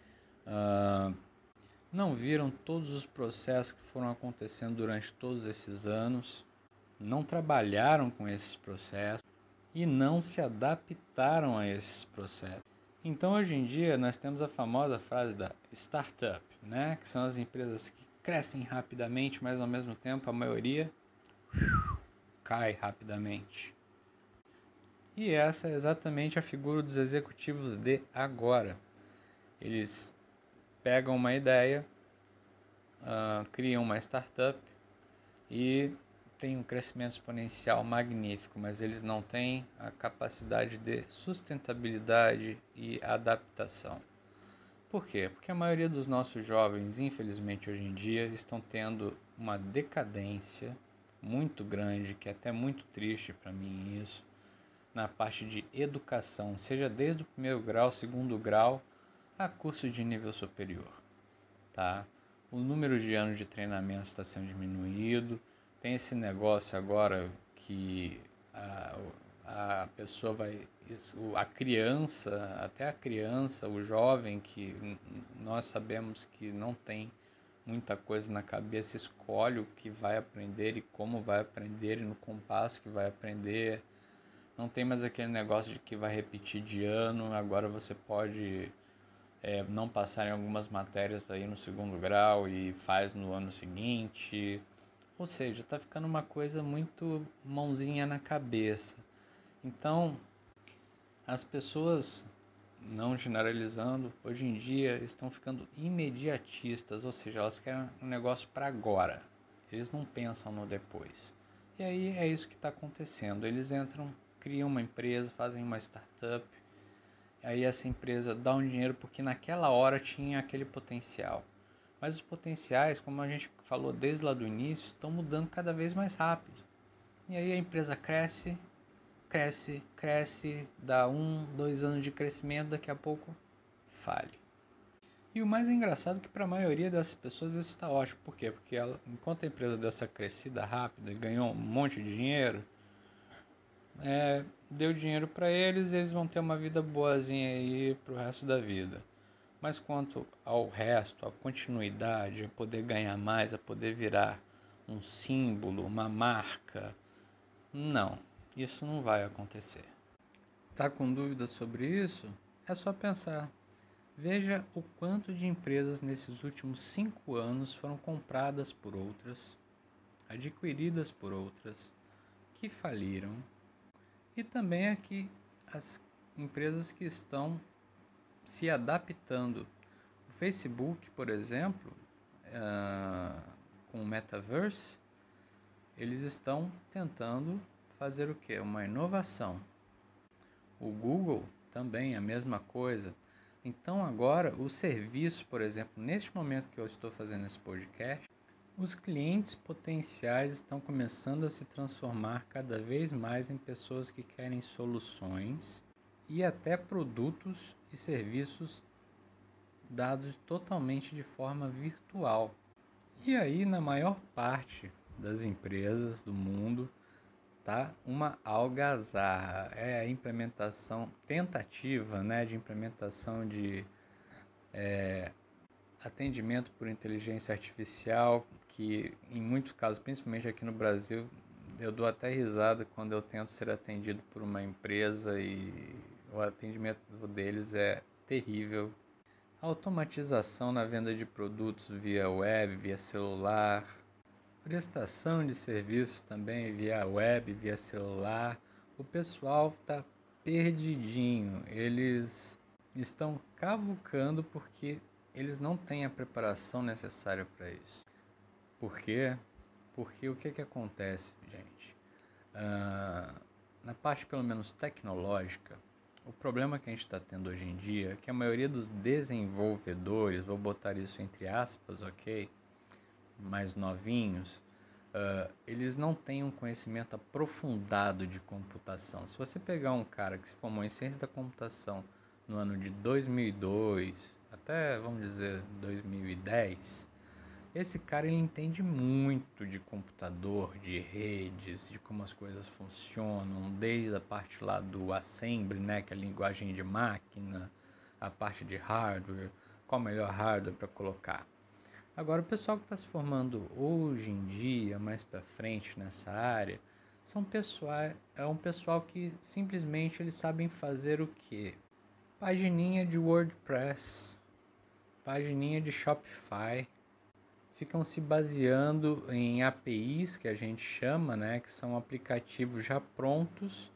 uh, não viram todos os processos que foram acontecendo durante todos esses anos, não trabalharam com esses processos e não se adaptaram a esses processos. Então, hoje em dia, nós temos a famosa frase da startup, né? Que são as empresas que crescem rapidamente, mas ao mesmo tempo a maioria cai rapidamente. E essa é exatamente a figura dos executivos de agora. Eles pegam uma ideia, uh, criam uma startup e têm um crescimento exponencial magnífico, mas eles não têm a capacidade de sustentabilidade e adaptação. Por quê? Porque a maioria dos nossos jovens, infelizmente hoje em dia, estão tendo uma decadência muito grande, que é até muito triste para mim isso, na parte de educação, seja desde o primeiro grau, segundo grau, a curso de nível superior, tá? O número de anos de treinamento está sendo diminuído, tem esse negócio agora que a, a pessoa vai, a criança, até a criança, o jovem que nós sabemos que não tem muita coisa na cabeça, escolhe o que vai aprender e como vai aprender e no compasso que vai aprender. Não tem mais aquele negócio de que vai repetir de ano, agora você pode é, não passar em algumas matérias aí no segundo grau e faz no ano seguinte. Ou seja, está ficando uma coisa muito mãozinha na cabeça. Então, as pessoas, não generalizando, hoje em dia estão ficando imediatistas, ou seja, elas querem um negócio para agora. Eles não pensam no depois. E aí é isso que está acontecendo. Eles entram, criam uma empresa, fazem uma startup, aí essa empresa dá um dinheiro porque naquela hora tinha aquele potencial. Mas os potenciais, como a gente falou desde lá do início, estão mudando cada vez mais rápido. E aí a empresa cresce, cresce, cresce, dá um, dois anos de crescimento, daqui a pouco fale. E o mais engraçado é que para a maioria dessas pessoas isso está ótimo. Por quê? Porque ela, enquanto a empresa deu essa crescida rápida e ganhou um monte de dinheiro, é, deu dinheiro para eles e eles vão ter uma vida boazinha aí para o resto da vida. Mas quanto ao resto, a continuidade, a poder ganhar mais, a poder virar um símbolo, uma marca, não, isso não vai acontecer. Tá com dúvidas sobre isso? É só pensar. Veja o quanto de empresas nesses últimos cinco anos foram compradas por outras, adquiridas por outras, que faliram, e também aqui as empresas que estão se adaptando. O Facebook, por exemplo, uh, com o Metaverse, eles estão tentando fazer o quê? Uma inovação. O Google também a mesma coisa. Então agora o serviço, por exemplo, neste momento que eu estou fazendo esse podcast, os clientes potenciais estão começando a se transformar cada vez mais em pessoas que querem soluções e até produtos e serviços dados totalmente de forma virtual. E aí, na maior parte das empresas do mundo, tá uma algazarra. É a implementação, tentativa, né, de implementação de é, atendimento por inteligência artificial, que em muitos casos, principalmente aqui no Brasil, eu dou até risada quando eu tento ser atendido por uma empresa e o atendimento deles é terrível. Automatização na venda de produtos via web, via celular, prestação de serviços também via web, via celular. O pessoal está perdidinho, eles estão cavucando porque eles não têm a preparação necessária para isso. Por quê? Porque o que, que acontece, gente? Ah, na parte pelo menos tecnológica, o problema que a gente está tendo hoje em dia é que a maioria dos desenvolvedores, vou botar isso entre aspas, ok? Mais novinhos, uh, eles não têm um conhecimento aprofundado de computação. Se você pegar um cara que se formou em ciência da computação no ano de dois mil e dois até, vamos dizer, dois mil e dez, esse cara ele entende muito de computador, de redes, de como as coisas funcionam, desde a parte lá do assembly, né, que é a linguagem de máquina, a parte de hardware, qual o melhor hardware para colocar. Agora, o pessoal que está se formando hoje em dia, mais para frente nessa área, são pessoal, é um pessoal que simplesmente eles sabem fazer o quê? Pagininha de WordPress, pagininha de Shopify, ficam se baseando em A P Is, que a gente chama, né, que são aplicativos já prontos,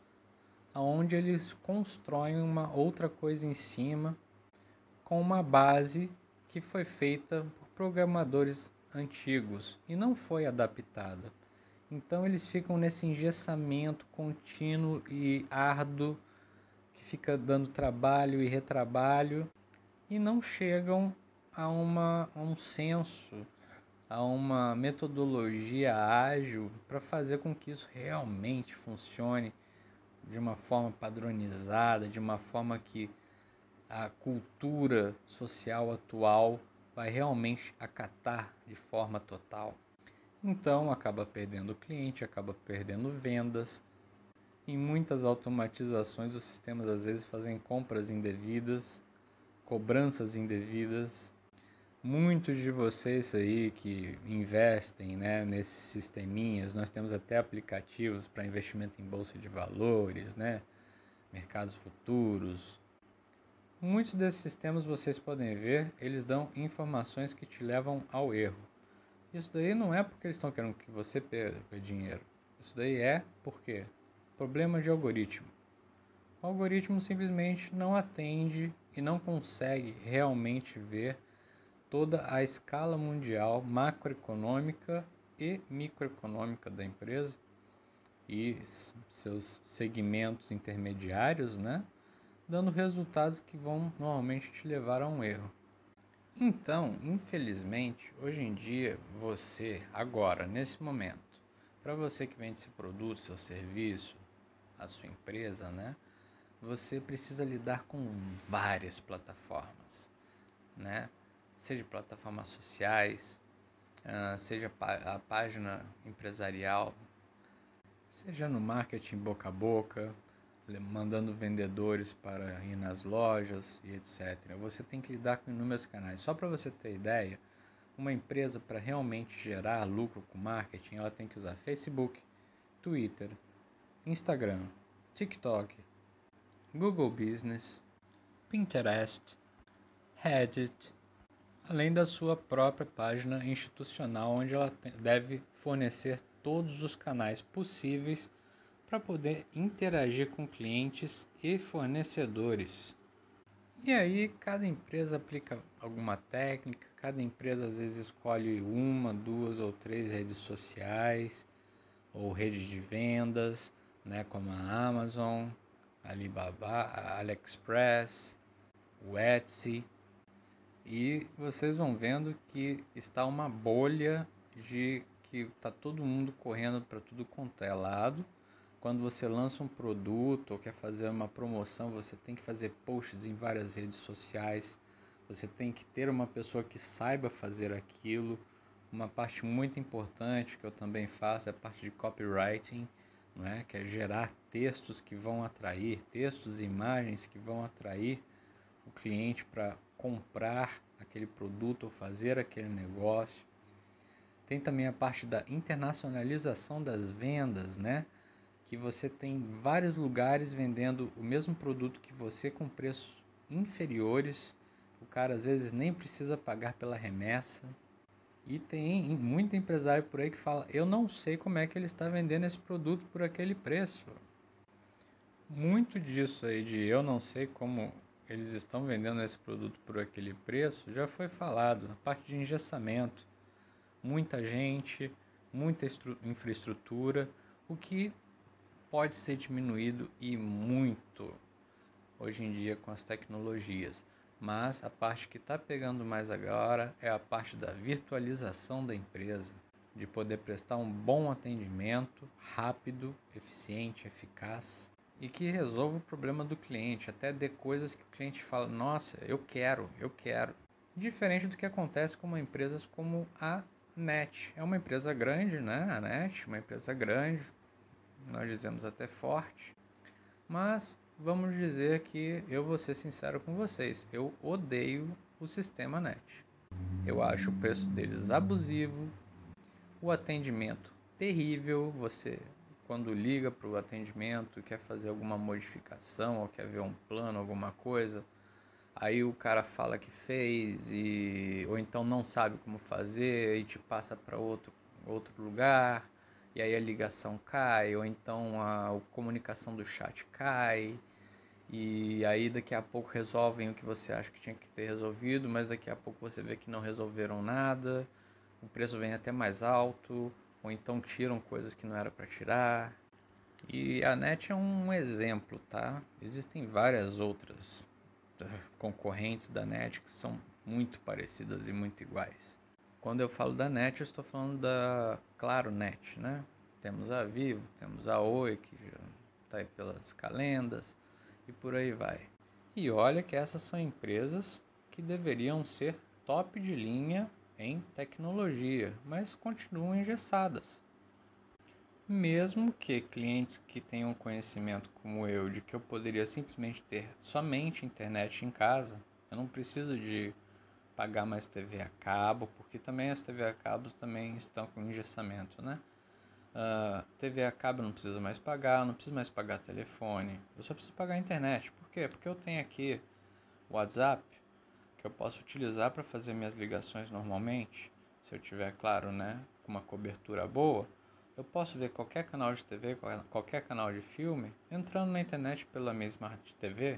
onde eles constroem uma outra coisa em cima, com uma base que foi feita por programadores antigos e não foi adaptada. Então eles ficam nesse engessamento contínuo e árduo, que fica dando trabalho e retrabalho, e não chegam a, uma, a um senso, a uma metodologia ágil para fazer com que isso realmente funcione de uma forma padronizada, de uma forma que a cultura social atual vai realmente acatar de forma total. Então acaba perdendo o cliente, acaba perdendo vendas. Em muitas automatizações os sistemas às vezes fazem compras indevidas, cobranças indevidas. Muitos de vocês aí que investem, né, nesses sisteminhas, nós temos até aplicativos para investimento em bolsa de valores, né, mercados futuros. Muitos desses sistemas vocês podem ver, eles dão informações que te levam ao erro. Isso daí não é porque eles estão querendo que você perca dinheiro. Isso daí é porque problema de algoritmo. O algoritmo simplesmente não atende e não consegue realmente ver toda a escala mundial macroeconômica e microeconômica da empresa e seus segmentos intermediários, né? Dando resultados que vão normalmente te levar a um erro. Então, infelizmente, hoje em dia, você, agora, nesse momento, para você que vende seu produto, seu serviço, a sua empresa, né? Você precisa lidar com várias plataformas, né? Seja plataformas sociais, seja a página empresarial, seja no marketing boca a boca, mandando vendedores para ir nas lojas e etcétera. Você tem que lidar com inúmeros canais. Só para você ter ideia, uma empresa para realmente gerar lucro com marketing, ela tem que usar Facebook, Twitter, Instagram, TikTok, Google Business, Pinterest, Reddit, além da sua própria página institucional, onde ela deve fornecer todos os canais possíveis para poder interagir com clientes e fornecedores. E aí cada empresa aplica alguma técnica, cada empresa às vezes escolhe uma, duas ou três redes sociais ou redes de vendas, né, como a Amazon, a Alibaba, a AliExpress, o Etsy. E vocês vão vendo que está uma bolha de que está todo mundo correndo para tudo quanto é lado. Quando você lança um produto ou quer fazer uma promoção, você tem que fazer posts em várias redes sociais. Você tem que ter uma pessoa que saiba fazer aquilo. Uma parte muito importante que eu também faço é a parte de copywriting, não é? Que é gerar textos que vão atrair, textos e imagens que vão atrair o cliente para comprar aquele produto ou fazer aquele negócio. Tem também a parte da internacionalização das vendas, né? Que você tem vários lugares vendendo o mesmo produto que você com preços inferiores. O cara às vezes nem precisa pagar pela remessa. E tem muito empresário por aí que fala: eu não sei como é que ele está vendendo esse produto por aquele preço. Muito disso aí de eu não sei como eles estão vendendo esse produto por aquele preço já foi falado. A parte de engessamento, muita gente, muita infraestrutura, o que pode ser diminuído e muito hoje em dia com as tecnologias. Mas a parte que está pegando mais agora é a parte da virtualização da empresa, de poder prestar um bom atendimento, rápido, eficiente, eficaz e que resolva o problema do cliente, até de coisas que o cliente fala: nossa, eu quero, eu quero. Diferente do que acontece com empresas como a NET. É uma empresa grande, né? A NET, uma empresa grande, nós dizemos até forte, mas vamos dizer que eu vou ser sincero com vocês, eu odeio o sistema NET. Eu acho o preço deles abusivo, o atendimento terrível. Você, quando liga para o atendimento, quer fazer alguma modificação ou quer ver um plano, alguma coisa, aí o cara fala que fez e ou então não sabe como fazer e te passa para outro outro lugar. E aí a ligação cai, ou então a, a comunicação do chat cai, e aí daqui a pouco resolvem o que você acha que tinha que ter resolvido, mas daqui a pouco você vê que não resolveram nada, o preço vem até mais alto, ou então tiram coisas que não era para tirar. E a NET é um exemplo, tá? Existem várias outras concorrentes da NET que são muito parecidas e muito iguais. Quando eu falo da NET, eu estou falando da Claro Net, né? Temos a Vivo, temos a Oi, que já está aí pelas calendas, e por aí vai. E olha que essas são empresas que deveriam ser top de linha em tecnologia, mas continuam engessadas. Mesmo que clientes que tenham conhecimento como eu, de que eu poderia simplesmente ter somente internet em casa, eu não preciso de pagar mais T V a cabo, porque também as T V a cabo também estão com engessamento, né? Uh, T V a cabo não precisa mais pagar, não preciso mais pagar telefone, eu só preciso pagar a internet. Por quê? Porque eu tenho aqui o WhatsApp, que eu posso utilizar para fazer minhas ligações normalmente. Se eu tiver, claro, né, com uma cobertura boa, eu posso ver qualquer canal de T V, qualquer canal de filme, entrando na internet pela minha Smart T V.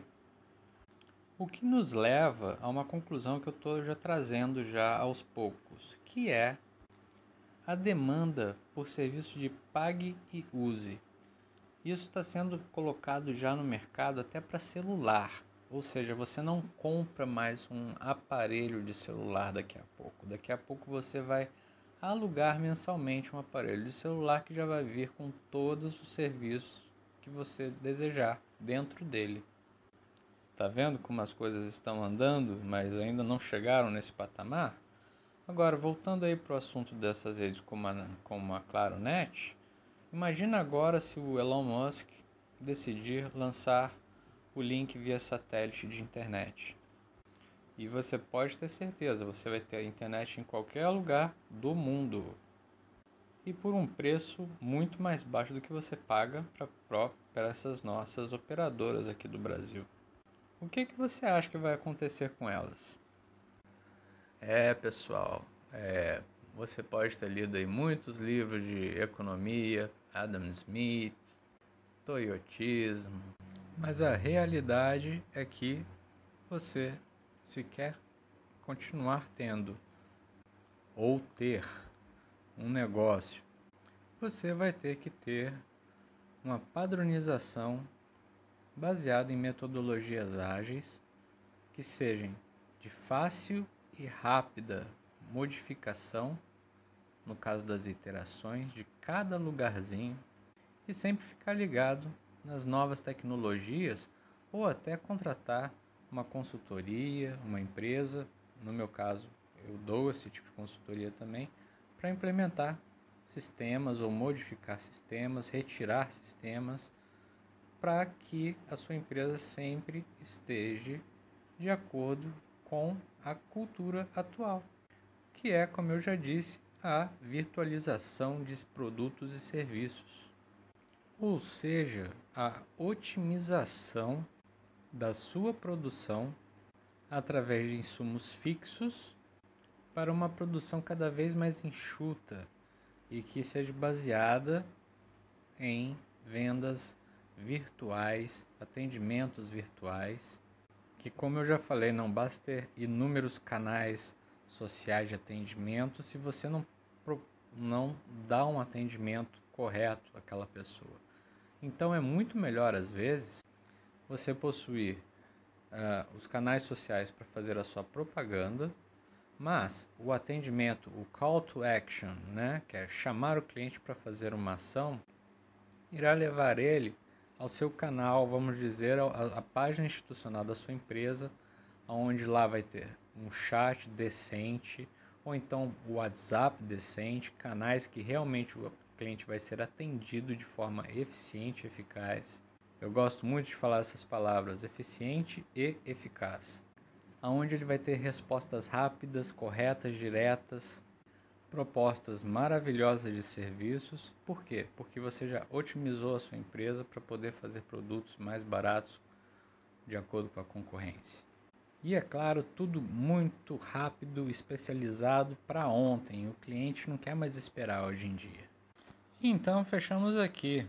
O que nos leva a uma conclusão que eu estou já trazendo já aos poucos, que é a demanda por serviço de pague e use. Isso está sendo colocado já no mercado até para celular, ou seja, você não compra mais um aparelho de celular daqui a pouco. Daqui a pouco você vai alugar mensalmente um aparelho de celular que já vai vir com todos os serviços que você desejar dentro dele. Tá vendo como as coisas estão andando, mas ainda não chegaram nesse patamar? Agora, voltando aí para o assunto dessas redes como a, como a Claro Net, imagina agora se o Elon Musk decidir lançar o link via satélite de internet. E você pode ter certeza, você vai ter a internet em qualquer lugar do mundo. E por um preço muito mais baixo do que você paga para essas nossas operadoras aqui do Brasil. O que, que você acha que vai acontecer com elas? É, pessoal, é, você pode ter lido aí muitos livros de economia, Adam Smith, Toyotismo, mas a realidade é que você, se quer continuar tendo ou ter um negócio, você vai ter que ter uma padronização baseada em metodologias ágeis que sejam de fácil e rápida modificação, no caso das iterações, de cada lugarzinho, e sempre ficar ligado nas novas tecnologias ou até contratar uma consultoria, uma empresa, no meu caso eu dou esse tipo de consultoria também, para implementar sistemas ou modificar sistemas, retirar sistemas, para que a sua empresa sempre esteja de acordo com a cultura atual, que é, como eu já disse, a virtualização de produtos e serviços, ou seja, a otimização da sua produção através de insumos fixos para uma produção cada vez mais enxuta e que seja baseada em vendas virtuais, atendimentos virtuais, que, como eu já falei, não basta ter inúmeros canais sociais de atendimento se você não, não dá um atendimento correto àquela pessoa. Então é muito melhor, às vezes, você possuir uh, os canais sociais para fazer a sua propaganda, mas o atendimento, o call to action, né, que é chamar o cliente para fazer uma ação, irá levar ele ao seu canal, vamos dizer, a, a página institucional da sua empresa, onde lá vai ter um chat decente, ou então o WhatsApp decente, canais que realmente o cliente vai ser atendido de forma eficiente e eficaz. Eu gosto muito de falar essas palavras, eficiente e eficaz, onde ele vai ter respostas rápidas, corretas, diretas, propostas maravilhosas de serviços. Por quê? Porque você já otimizou a sua empresa para poder fazer produtos mais baratos de acordo com a concorrência. E é claro, tudo muito rápido, especializado para ontem. O cliente não quer mais esperar hoje em dia. Então, fechamos aqui.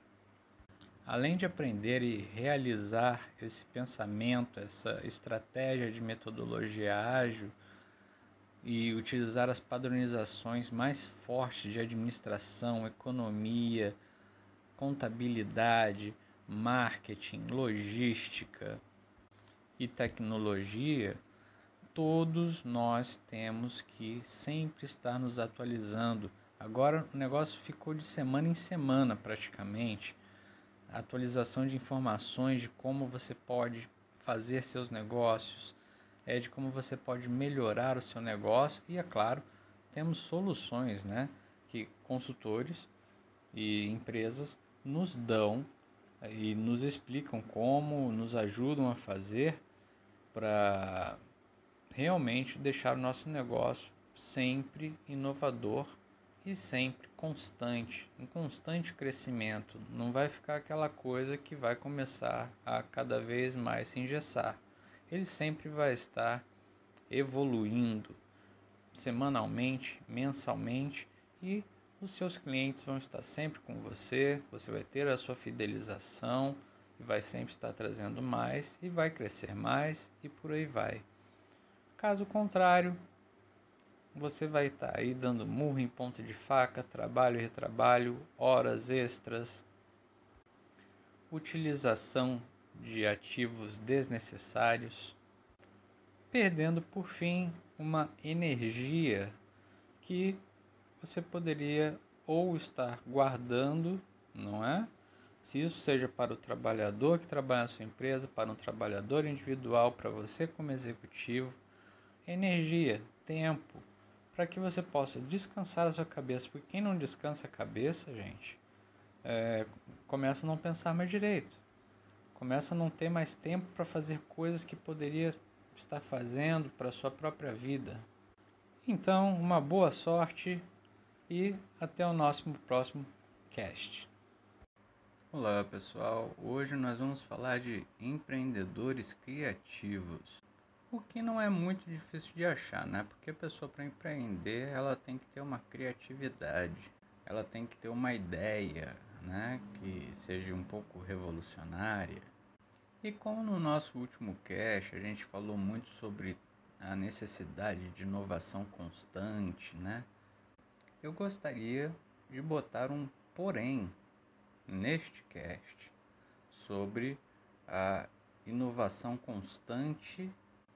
Além de aprender e realizar esse pensamento, essa estratégia de metodologia ágil e utilizar as padronizações mais fortes de administração, economia, contabilidade, marketing, logística e tecnologia, todos nós temos que sempre estar nos atualizando. Agora o negócio ficou de semana em semana praticamente. A atualização de informações de como você pode fazer seus negócios, é de como você pode melhorar o seu negócio e, é claro, temos soluções, né, que consultores e empresas nos dão e nos explicam como, nos ajudam a fazer para realmente deixar o nosso negócio sempre inovador e sempre constante, em constante crescimento. Não vai ficar aquela coisa que vai começar a cada vez mais se engessar. Ele sempre vai estar evoluindo semanalmente, mensalmente, e os seus clientes vão estar sempre com você, você vai ter a sua fidelização e vai sempre estar trazendo mais e vai crescer mais e por aí vai. Caso contrário, você vai estar aí dando murro em ponta de faca, trabalho e retrabalho, horas extras, utilização de ativos desnecessários, perdendo por fim uma energia que você poderia ou estar guardando, não é? Se isso seja para o trabalhador que trabalha na sua empresa, para um trabalhador individual, para você como executivo, energia, tempo, para que você possa descansar a sua cabeça, porque quem não descansa a cabeça, gente, é, começa a não pensar mais direito, começa a não ter mais tempo para fazer coisas que poderia estar fazendo para a sua própria vida. Então, uma boa sorte e até o nosso próximo cast. Olá pessoal, hoje nós vamos falar de empreendedores criativos. O que não é muito difícil de achar, né? Porque a pessoa, para empreender, ela tem que ter uma criatividade, ela tem que ter uma ideia, né? Que seja um pouco revolucionária. E como no nosso último cast a gente falou muito sobre a necessidade de inovação constante, né? Eu gostaria de botar um porém neste cast sobre a inovação constante,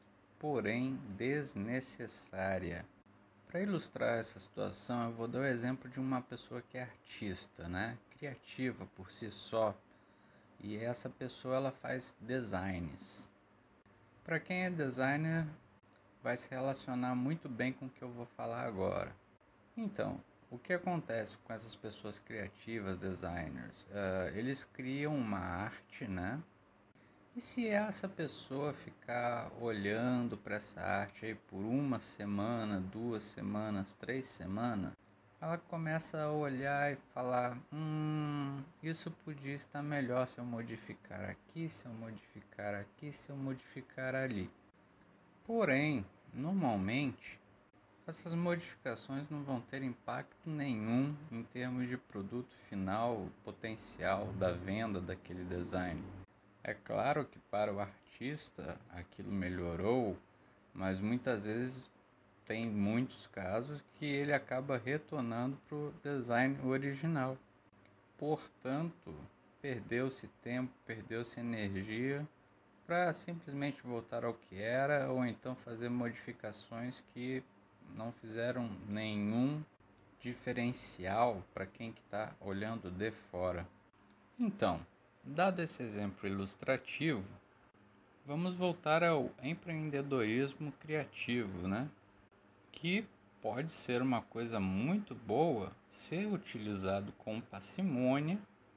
porém desnecessária. Para ilustrar essa situação, eu vou dar o exemplo de uma pessoa que é artista, né? Criativa por si só, e essa pessoa ela faz designs. Para quem é designer, vai se relacionar muito bem com o que eu vou falar agora. Então, o que acontece com essas pessoas criativas, designers? Uh, eles criam uma arte, né? E se essa pessoa ficar olhando para essa arte aí por uma semana, duas semanas, três semanas, ela começa a olhar e falar: hum, isso podia estar melhor se eu modificar aqui, se eu modificar aqui, se eu modificar ali. Porém, normalmente, essas modificações não vão ter impacto nenhum em termos de produto final, potencial da venda daquele design. É claro que para o artista aquilo melhorou, mas muitas vezes tem muitos casos que ele acaba retornando para o design original. Portanto, perdeu-se tempo, perdeu-se energia para simplesmente voltar ao que era ou então fazer modificações que não fizeram nenhum diferencial para quem está olhando de fora. Então, dado esse exemplo ilustrativo, vamos voltar ao empreendedorismo criativo, né? Que pode ser uma coisa muito boa se utilizado com parcimônia,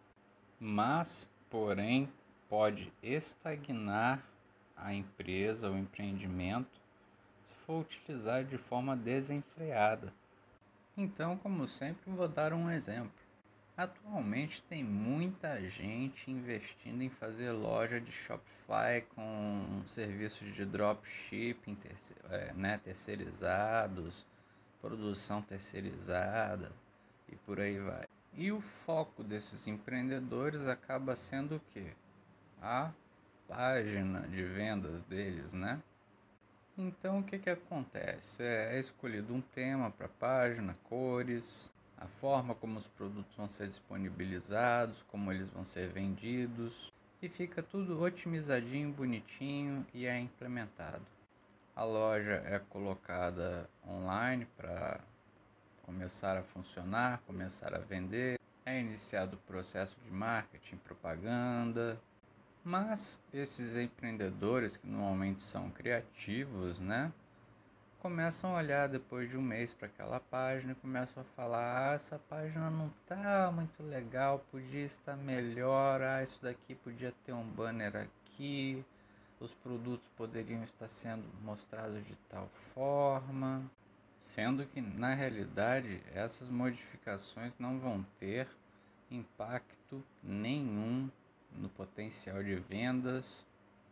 mas, porém, pode estagnar a empresa ou empreendimento se for utilizado de forma desenfreada. Então, como sempre, vou dar um exemplo. Atualmente tem muita gente investindo em fazer loja de Shopify com um serviço de dropshipping terce- é, né, terceirizados, produção terceirizada e por aí vai. E o foco desses empreendedores acaba sendo o quê? A página de vendas deles, né? Então o que que acontece? É, é escolhido um tema para a página, cores, a forma como os produtos vão ser disponibilizados, como eles vão ser vendidos, e fica tudo otimizadinho, bonitinho e é implementado. A loja é colocada online para começar a funcionar, começar a vender, é iniciado o processo de marketing, propaganda. Mas esses empreendedores, que normalmente são criativos, né, começam a olhar depois de um mês para aquela página e começam a falar: ah, essa página não está muito legal, podia estar melhor, ah, isso daqui podia ter um banner aqui, os produtos poderiam estar sendo mostrados de tal forma. Sendo que, na realidade, essas modificações não vão ter impacto nenhum no potencial de vendas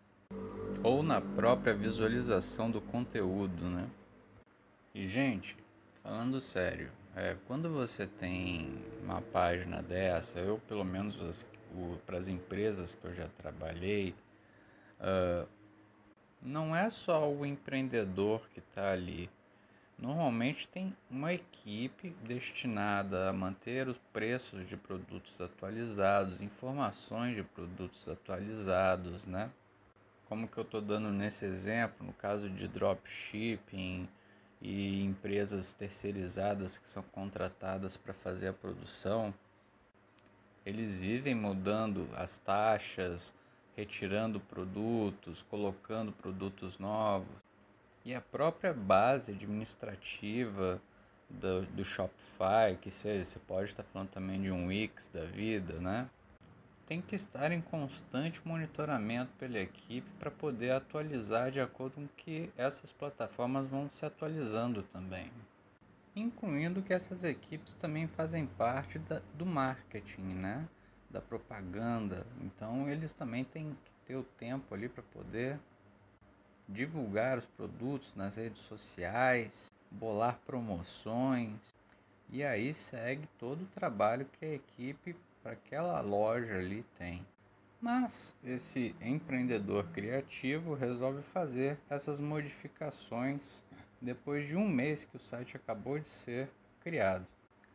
ou na própria visualização do conteúdo, né? E, gente, falando sério, é, quando você tem uma página dessa, eu pelo menos para as empresas que eu já trabalhei, uh, não é só o empreendedor que está ali. Normalmente tem uma equipe destinada a manter os preços de produtos atualizados, informações de produtos atualizados, né? Como que eu estou dando nesse exemplo, no caso de dropshipping e empresas terceirizadas que são contratadas para fazer a produção, eles vivem mudando as taxas, retirando produtos, colocando produtos novos. E a própria base administrativa do, do Shopify, que seja, você pode estar falando também de um Wix da vida, né? Tem que estar em constante monitoramento pela equipe para poder atualizar de acordo com que essas plataformas vão se atualizando também. Incluindo que essas equipes também fazem parte da, do marketing, né? Da propaganda. Então eles também têm que ter o tempo ali para poder divulgar os produtos nas redes sociais, bolar promoções, e aí segue todo o trabalho que a equipe para aquela loja ali tem. Mas esse empreendedor criativo resolve fazer essas modificações depois de um mês que o site acabou de ser criado,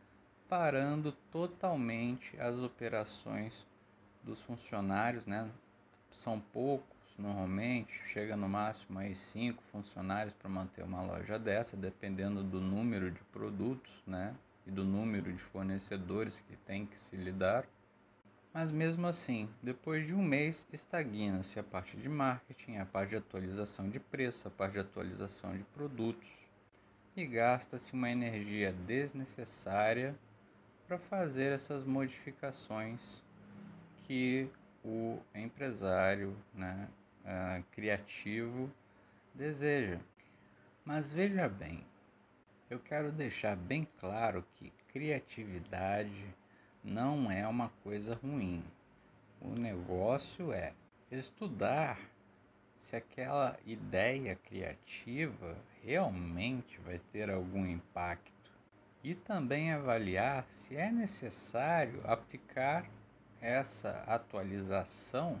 parando totalmente as operações dos funcionários, né? São poucos normalmente, chega no máximo aí cinco funcionários para manter uma loja dessa, dependendo do número de produtos, né? E do número de fornecedores que tem que se lidar. Mas mesmo assim, depois de um mês, estagna-se a parte de marketing, a parte de atualização de preço, a parte de atualização de produtos, e gasta-se uma energia desnecessária para fazer essas modificações que o empresário, né, uh, criativo deseja. Mas veja bem, eu quero deixar bem claro que criatividade não é uma coisa ruim. O negócio é estudar se aquela ideia criativa realmente vai ter algum impacto e também avaliar se é necessário aplicar essa atualização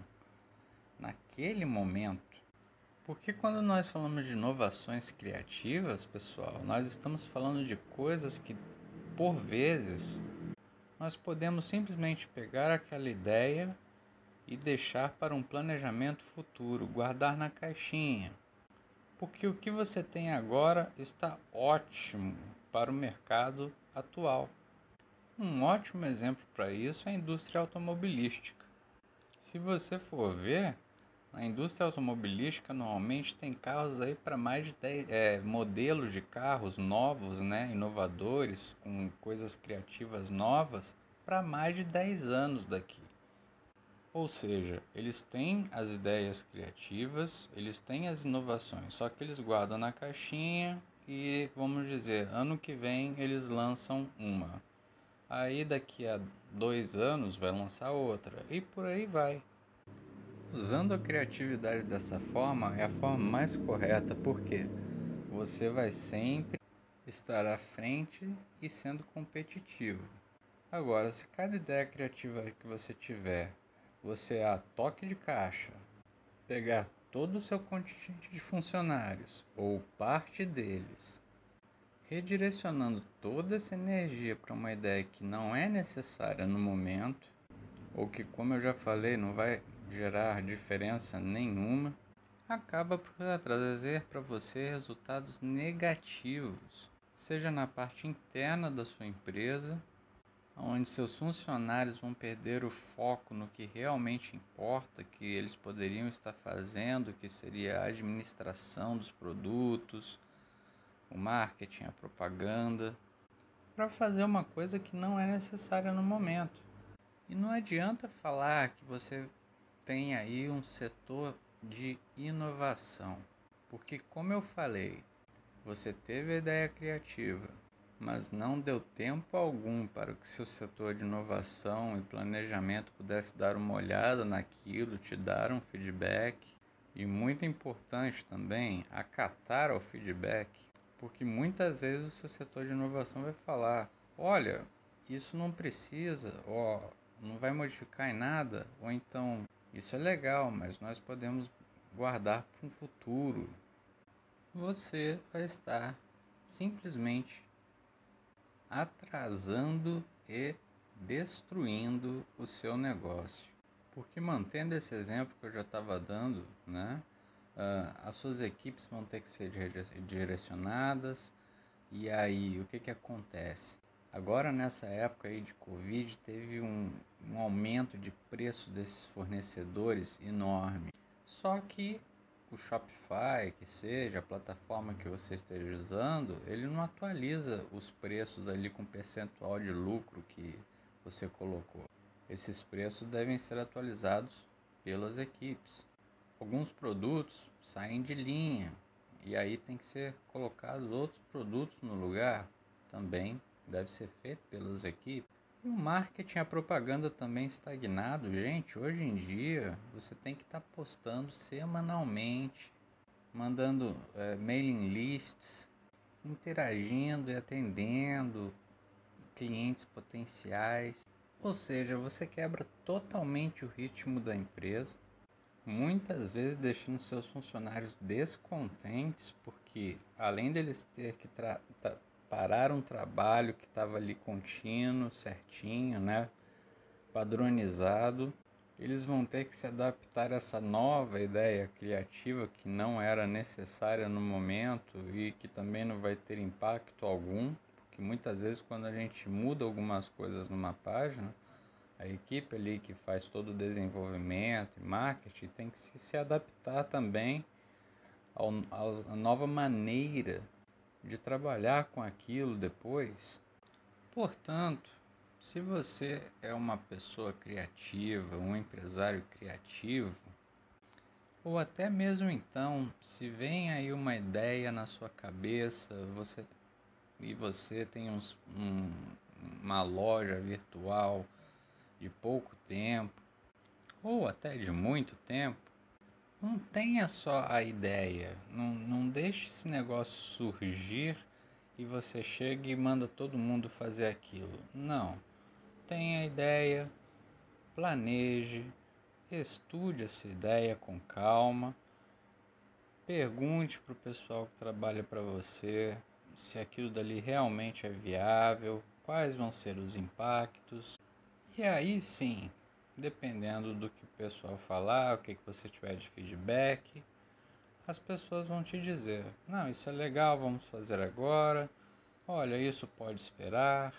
naquele momento. Porque quando nós falamos de inovações criativas, pessoal, nós estamos falando de coisas que, por vezes, nós podemos simplesmente pegar aquela ideia e deixar para um planejamento futuro, guardar na caixinha. Porque o que você tem agora está ótimo para o mercado atual. Um ótimo exemplo para isso é a indústria automobilística. Se você for ver, a indústria automobilística normalmente tem carros aí para mais de dez é, modelos de carros novos, né, inovadores, com coisas criativas novas, para mais de dez anos daqui. Ou seja, eles têm as ideias criativas, eles têm as inovações, só que eles guardam na caixinha e, vamos dizer, ano que vem eles lançam uma. Aí daqui a dois anos vai lançar outra e por aí vai. Usando a criatividade dessa forma é a forma mais correta, porque você vai sempre estar à frente e sendo competitivo. Agora, se cada ideia criativa que você tiver, você a toque de caixa, pegar todo o seu contingente de funcionários, ou parte deles, redirecionando toda essa energia para uma ideia que não é necessária no momento, ou que, como eu já falei, não vai gerar diferença nenhuma, acaba por trazer para você resultados negativos, seja na parte interna da sua empresa, onde seus funcionários vão perder o foco no que realmente importa, que eles poderiam estar fazendo, que seria a administração dos produtos, o marketing, a propaganda, para fazer uma coisa que não é necessária no momento. E não adianta falar que você tem aí um setor de inovação, porque como eu falei, você teve a ideia criativa, mas não deu tempo algum para que seu setor de inovação e planejamento pudesse dar uma olhada naquilo, te dar um feedback. E muito importante também, acatar ao feedback, porque muitas vezes o seu setor de inovação vai falar: olha, isso não precisa, ó, não vai modificar em nada, ou então, isso é legal, mas nós podemos guardar para um futuro. Você vai estar simplesmente atrasando e destruindo o seu negócio. Porque mantendo esse exemplo que eu já estava dando, né, uh, as suas equipes vão ter que ser direcionadas. E aí, o que que acontece? Agora nessa época aí de Covid teve um, um aumento de preço desses fornecedores enorme. Só que o Shopify, que seja a plataforma que você esteja usando, ele não atualiza os preços ali com o percentual de lucro que você colocou. Esses preços devem ser atualizados pelas equipes. Alguns produtos saem de linha e aí tem que ser colocados outros produtos no lugar, também deve ser feito pelas equipes. E o marketing, a propaganda também estagnado. Gente, hoje em dia você tem que estar tá postando semanalmente, mandando é, mailing lists, interagindo e atendendo clientes potenciais. Ou seja, você quebra totalmente o ritmo da empresa, muitas vezes deixando seus funcionários descontentes, porque além deles ter que tra- tra- parar um trabalho que estava ali contínuo, certinho, né, padronizado, eles vão ter que se adaptar a essa nova ideia criativa que não era necessária no momento e que também não vai ter impacto algum, porque muitas vezes quando a gente muda algumas coisas numa página, a equipe ali que faz todo o desenvolvimento e marketing tem que se, se adaptar também ao, ao, à nova maneira de trabalhar com aquilo depois. Portanto, se você é uma pessoa criativa, um empresário criativo, ou até mesmo então, se vem aí uma ideia na sua cabeça, você e você tem uns, um, uma loja virtual de pouco tempo, ou até de muito tempo, não tenha só a ideia, não, não deixe esse negócio surgir e você chega e manda todo mundo fazer aquilo. Não, tenha a ideia, planeje, estude essa ideia com calma, pergunte para o pessoal que trabalha para você se aquilo dali realmente é viável, quais vão ser os impactos. E aí sim, dependendo do que o pessoal falar, o que, que você tiver de feedback, as pessoas vão te dizer: não, isso é legal, vamos fazer agora, olha, isso pode esperar.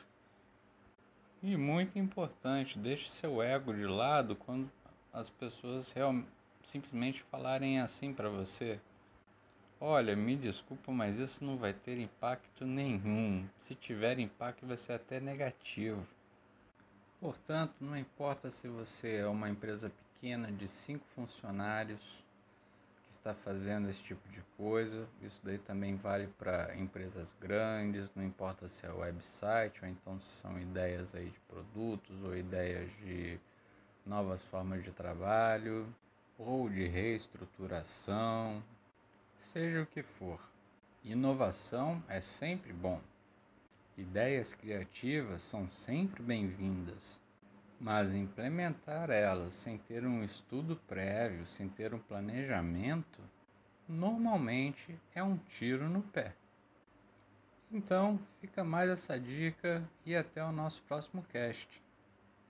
E muito importante, deixe seu ego de lado quando as pessoas real, simplesmente falarem assim para você: olha, me desculpa, mas isso não vai ter impacto nenhum. Se tiver impacto, vai ser até negativo. Portanto, não importa se você é uma empresa pequena de cinco funcionários que está fazendo esse tipo de coisa, isso daí também vale para empresas grandes, não importa se é website ou então se são ideias aí de produtos ou ideias de novas formas de trabalho ou de reestruturação, seja o que for. Inovação é sempre bom. Ideias criativas são sempre bem-vindas, mas implementar elas sem ter um estudo prévio, sem ter um planejamento, normalmente é um tiro no pé. Então, fica mais essa dica e até o nosso próximo cast.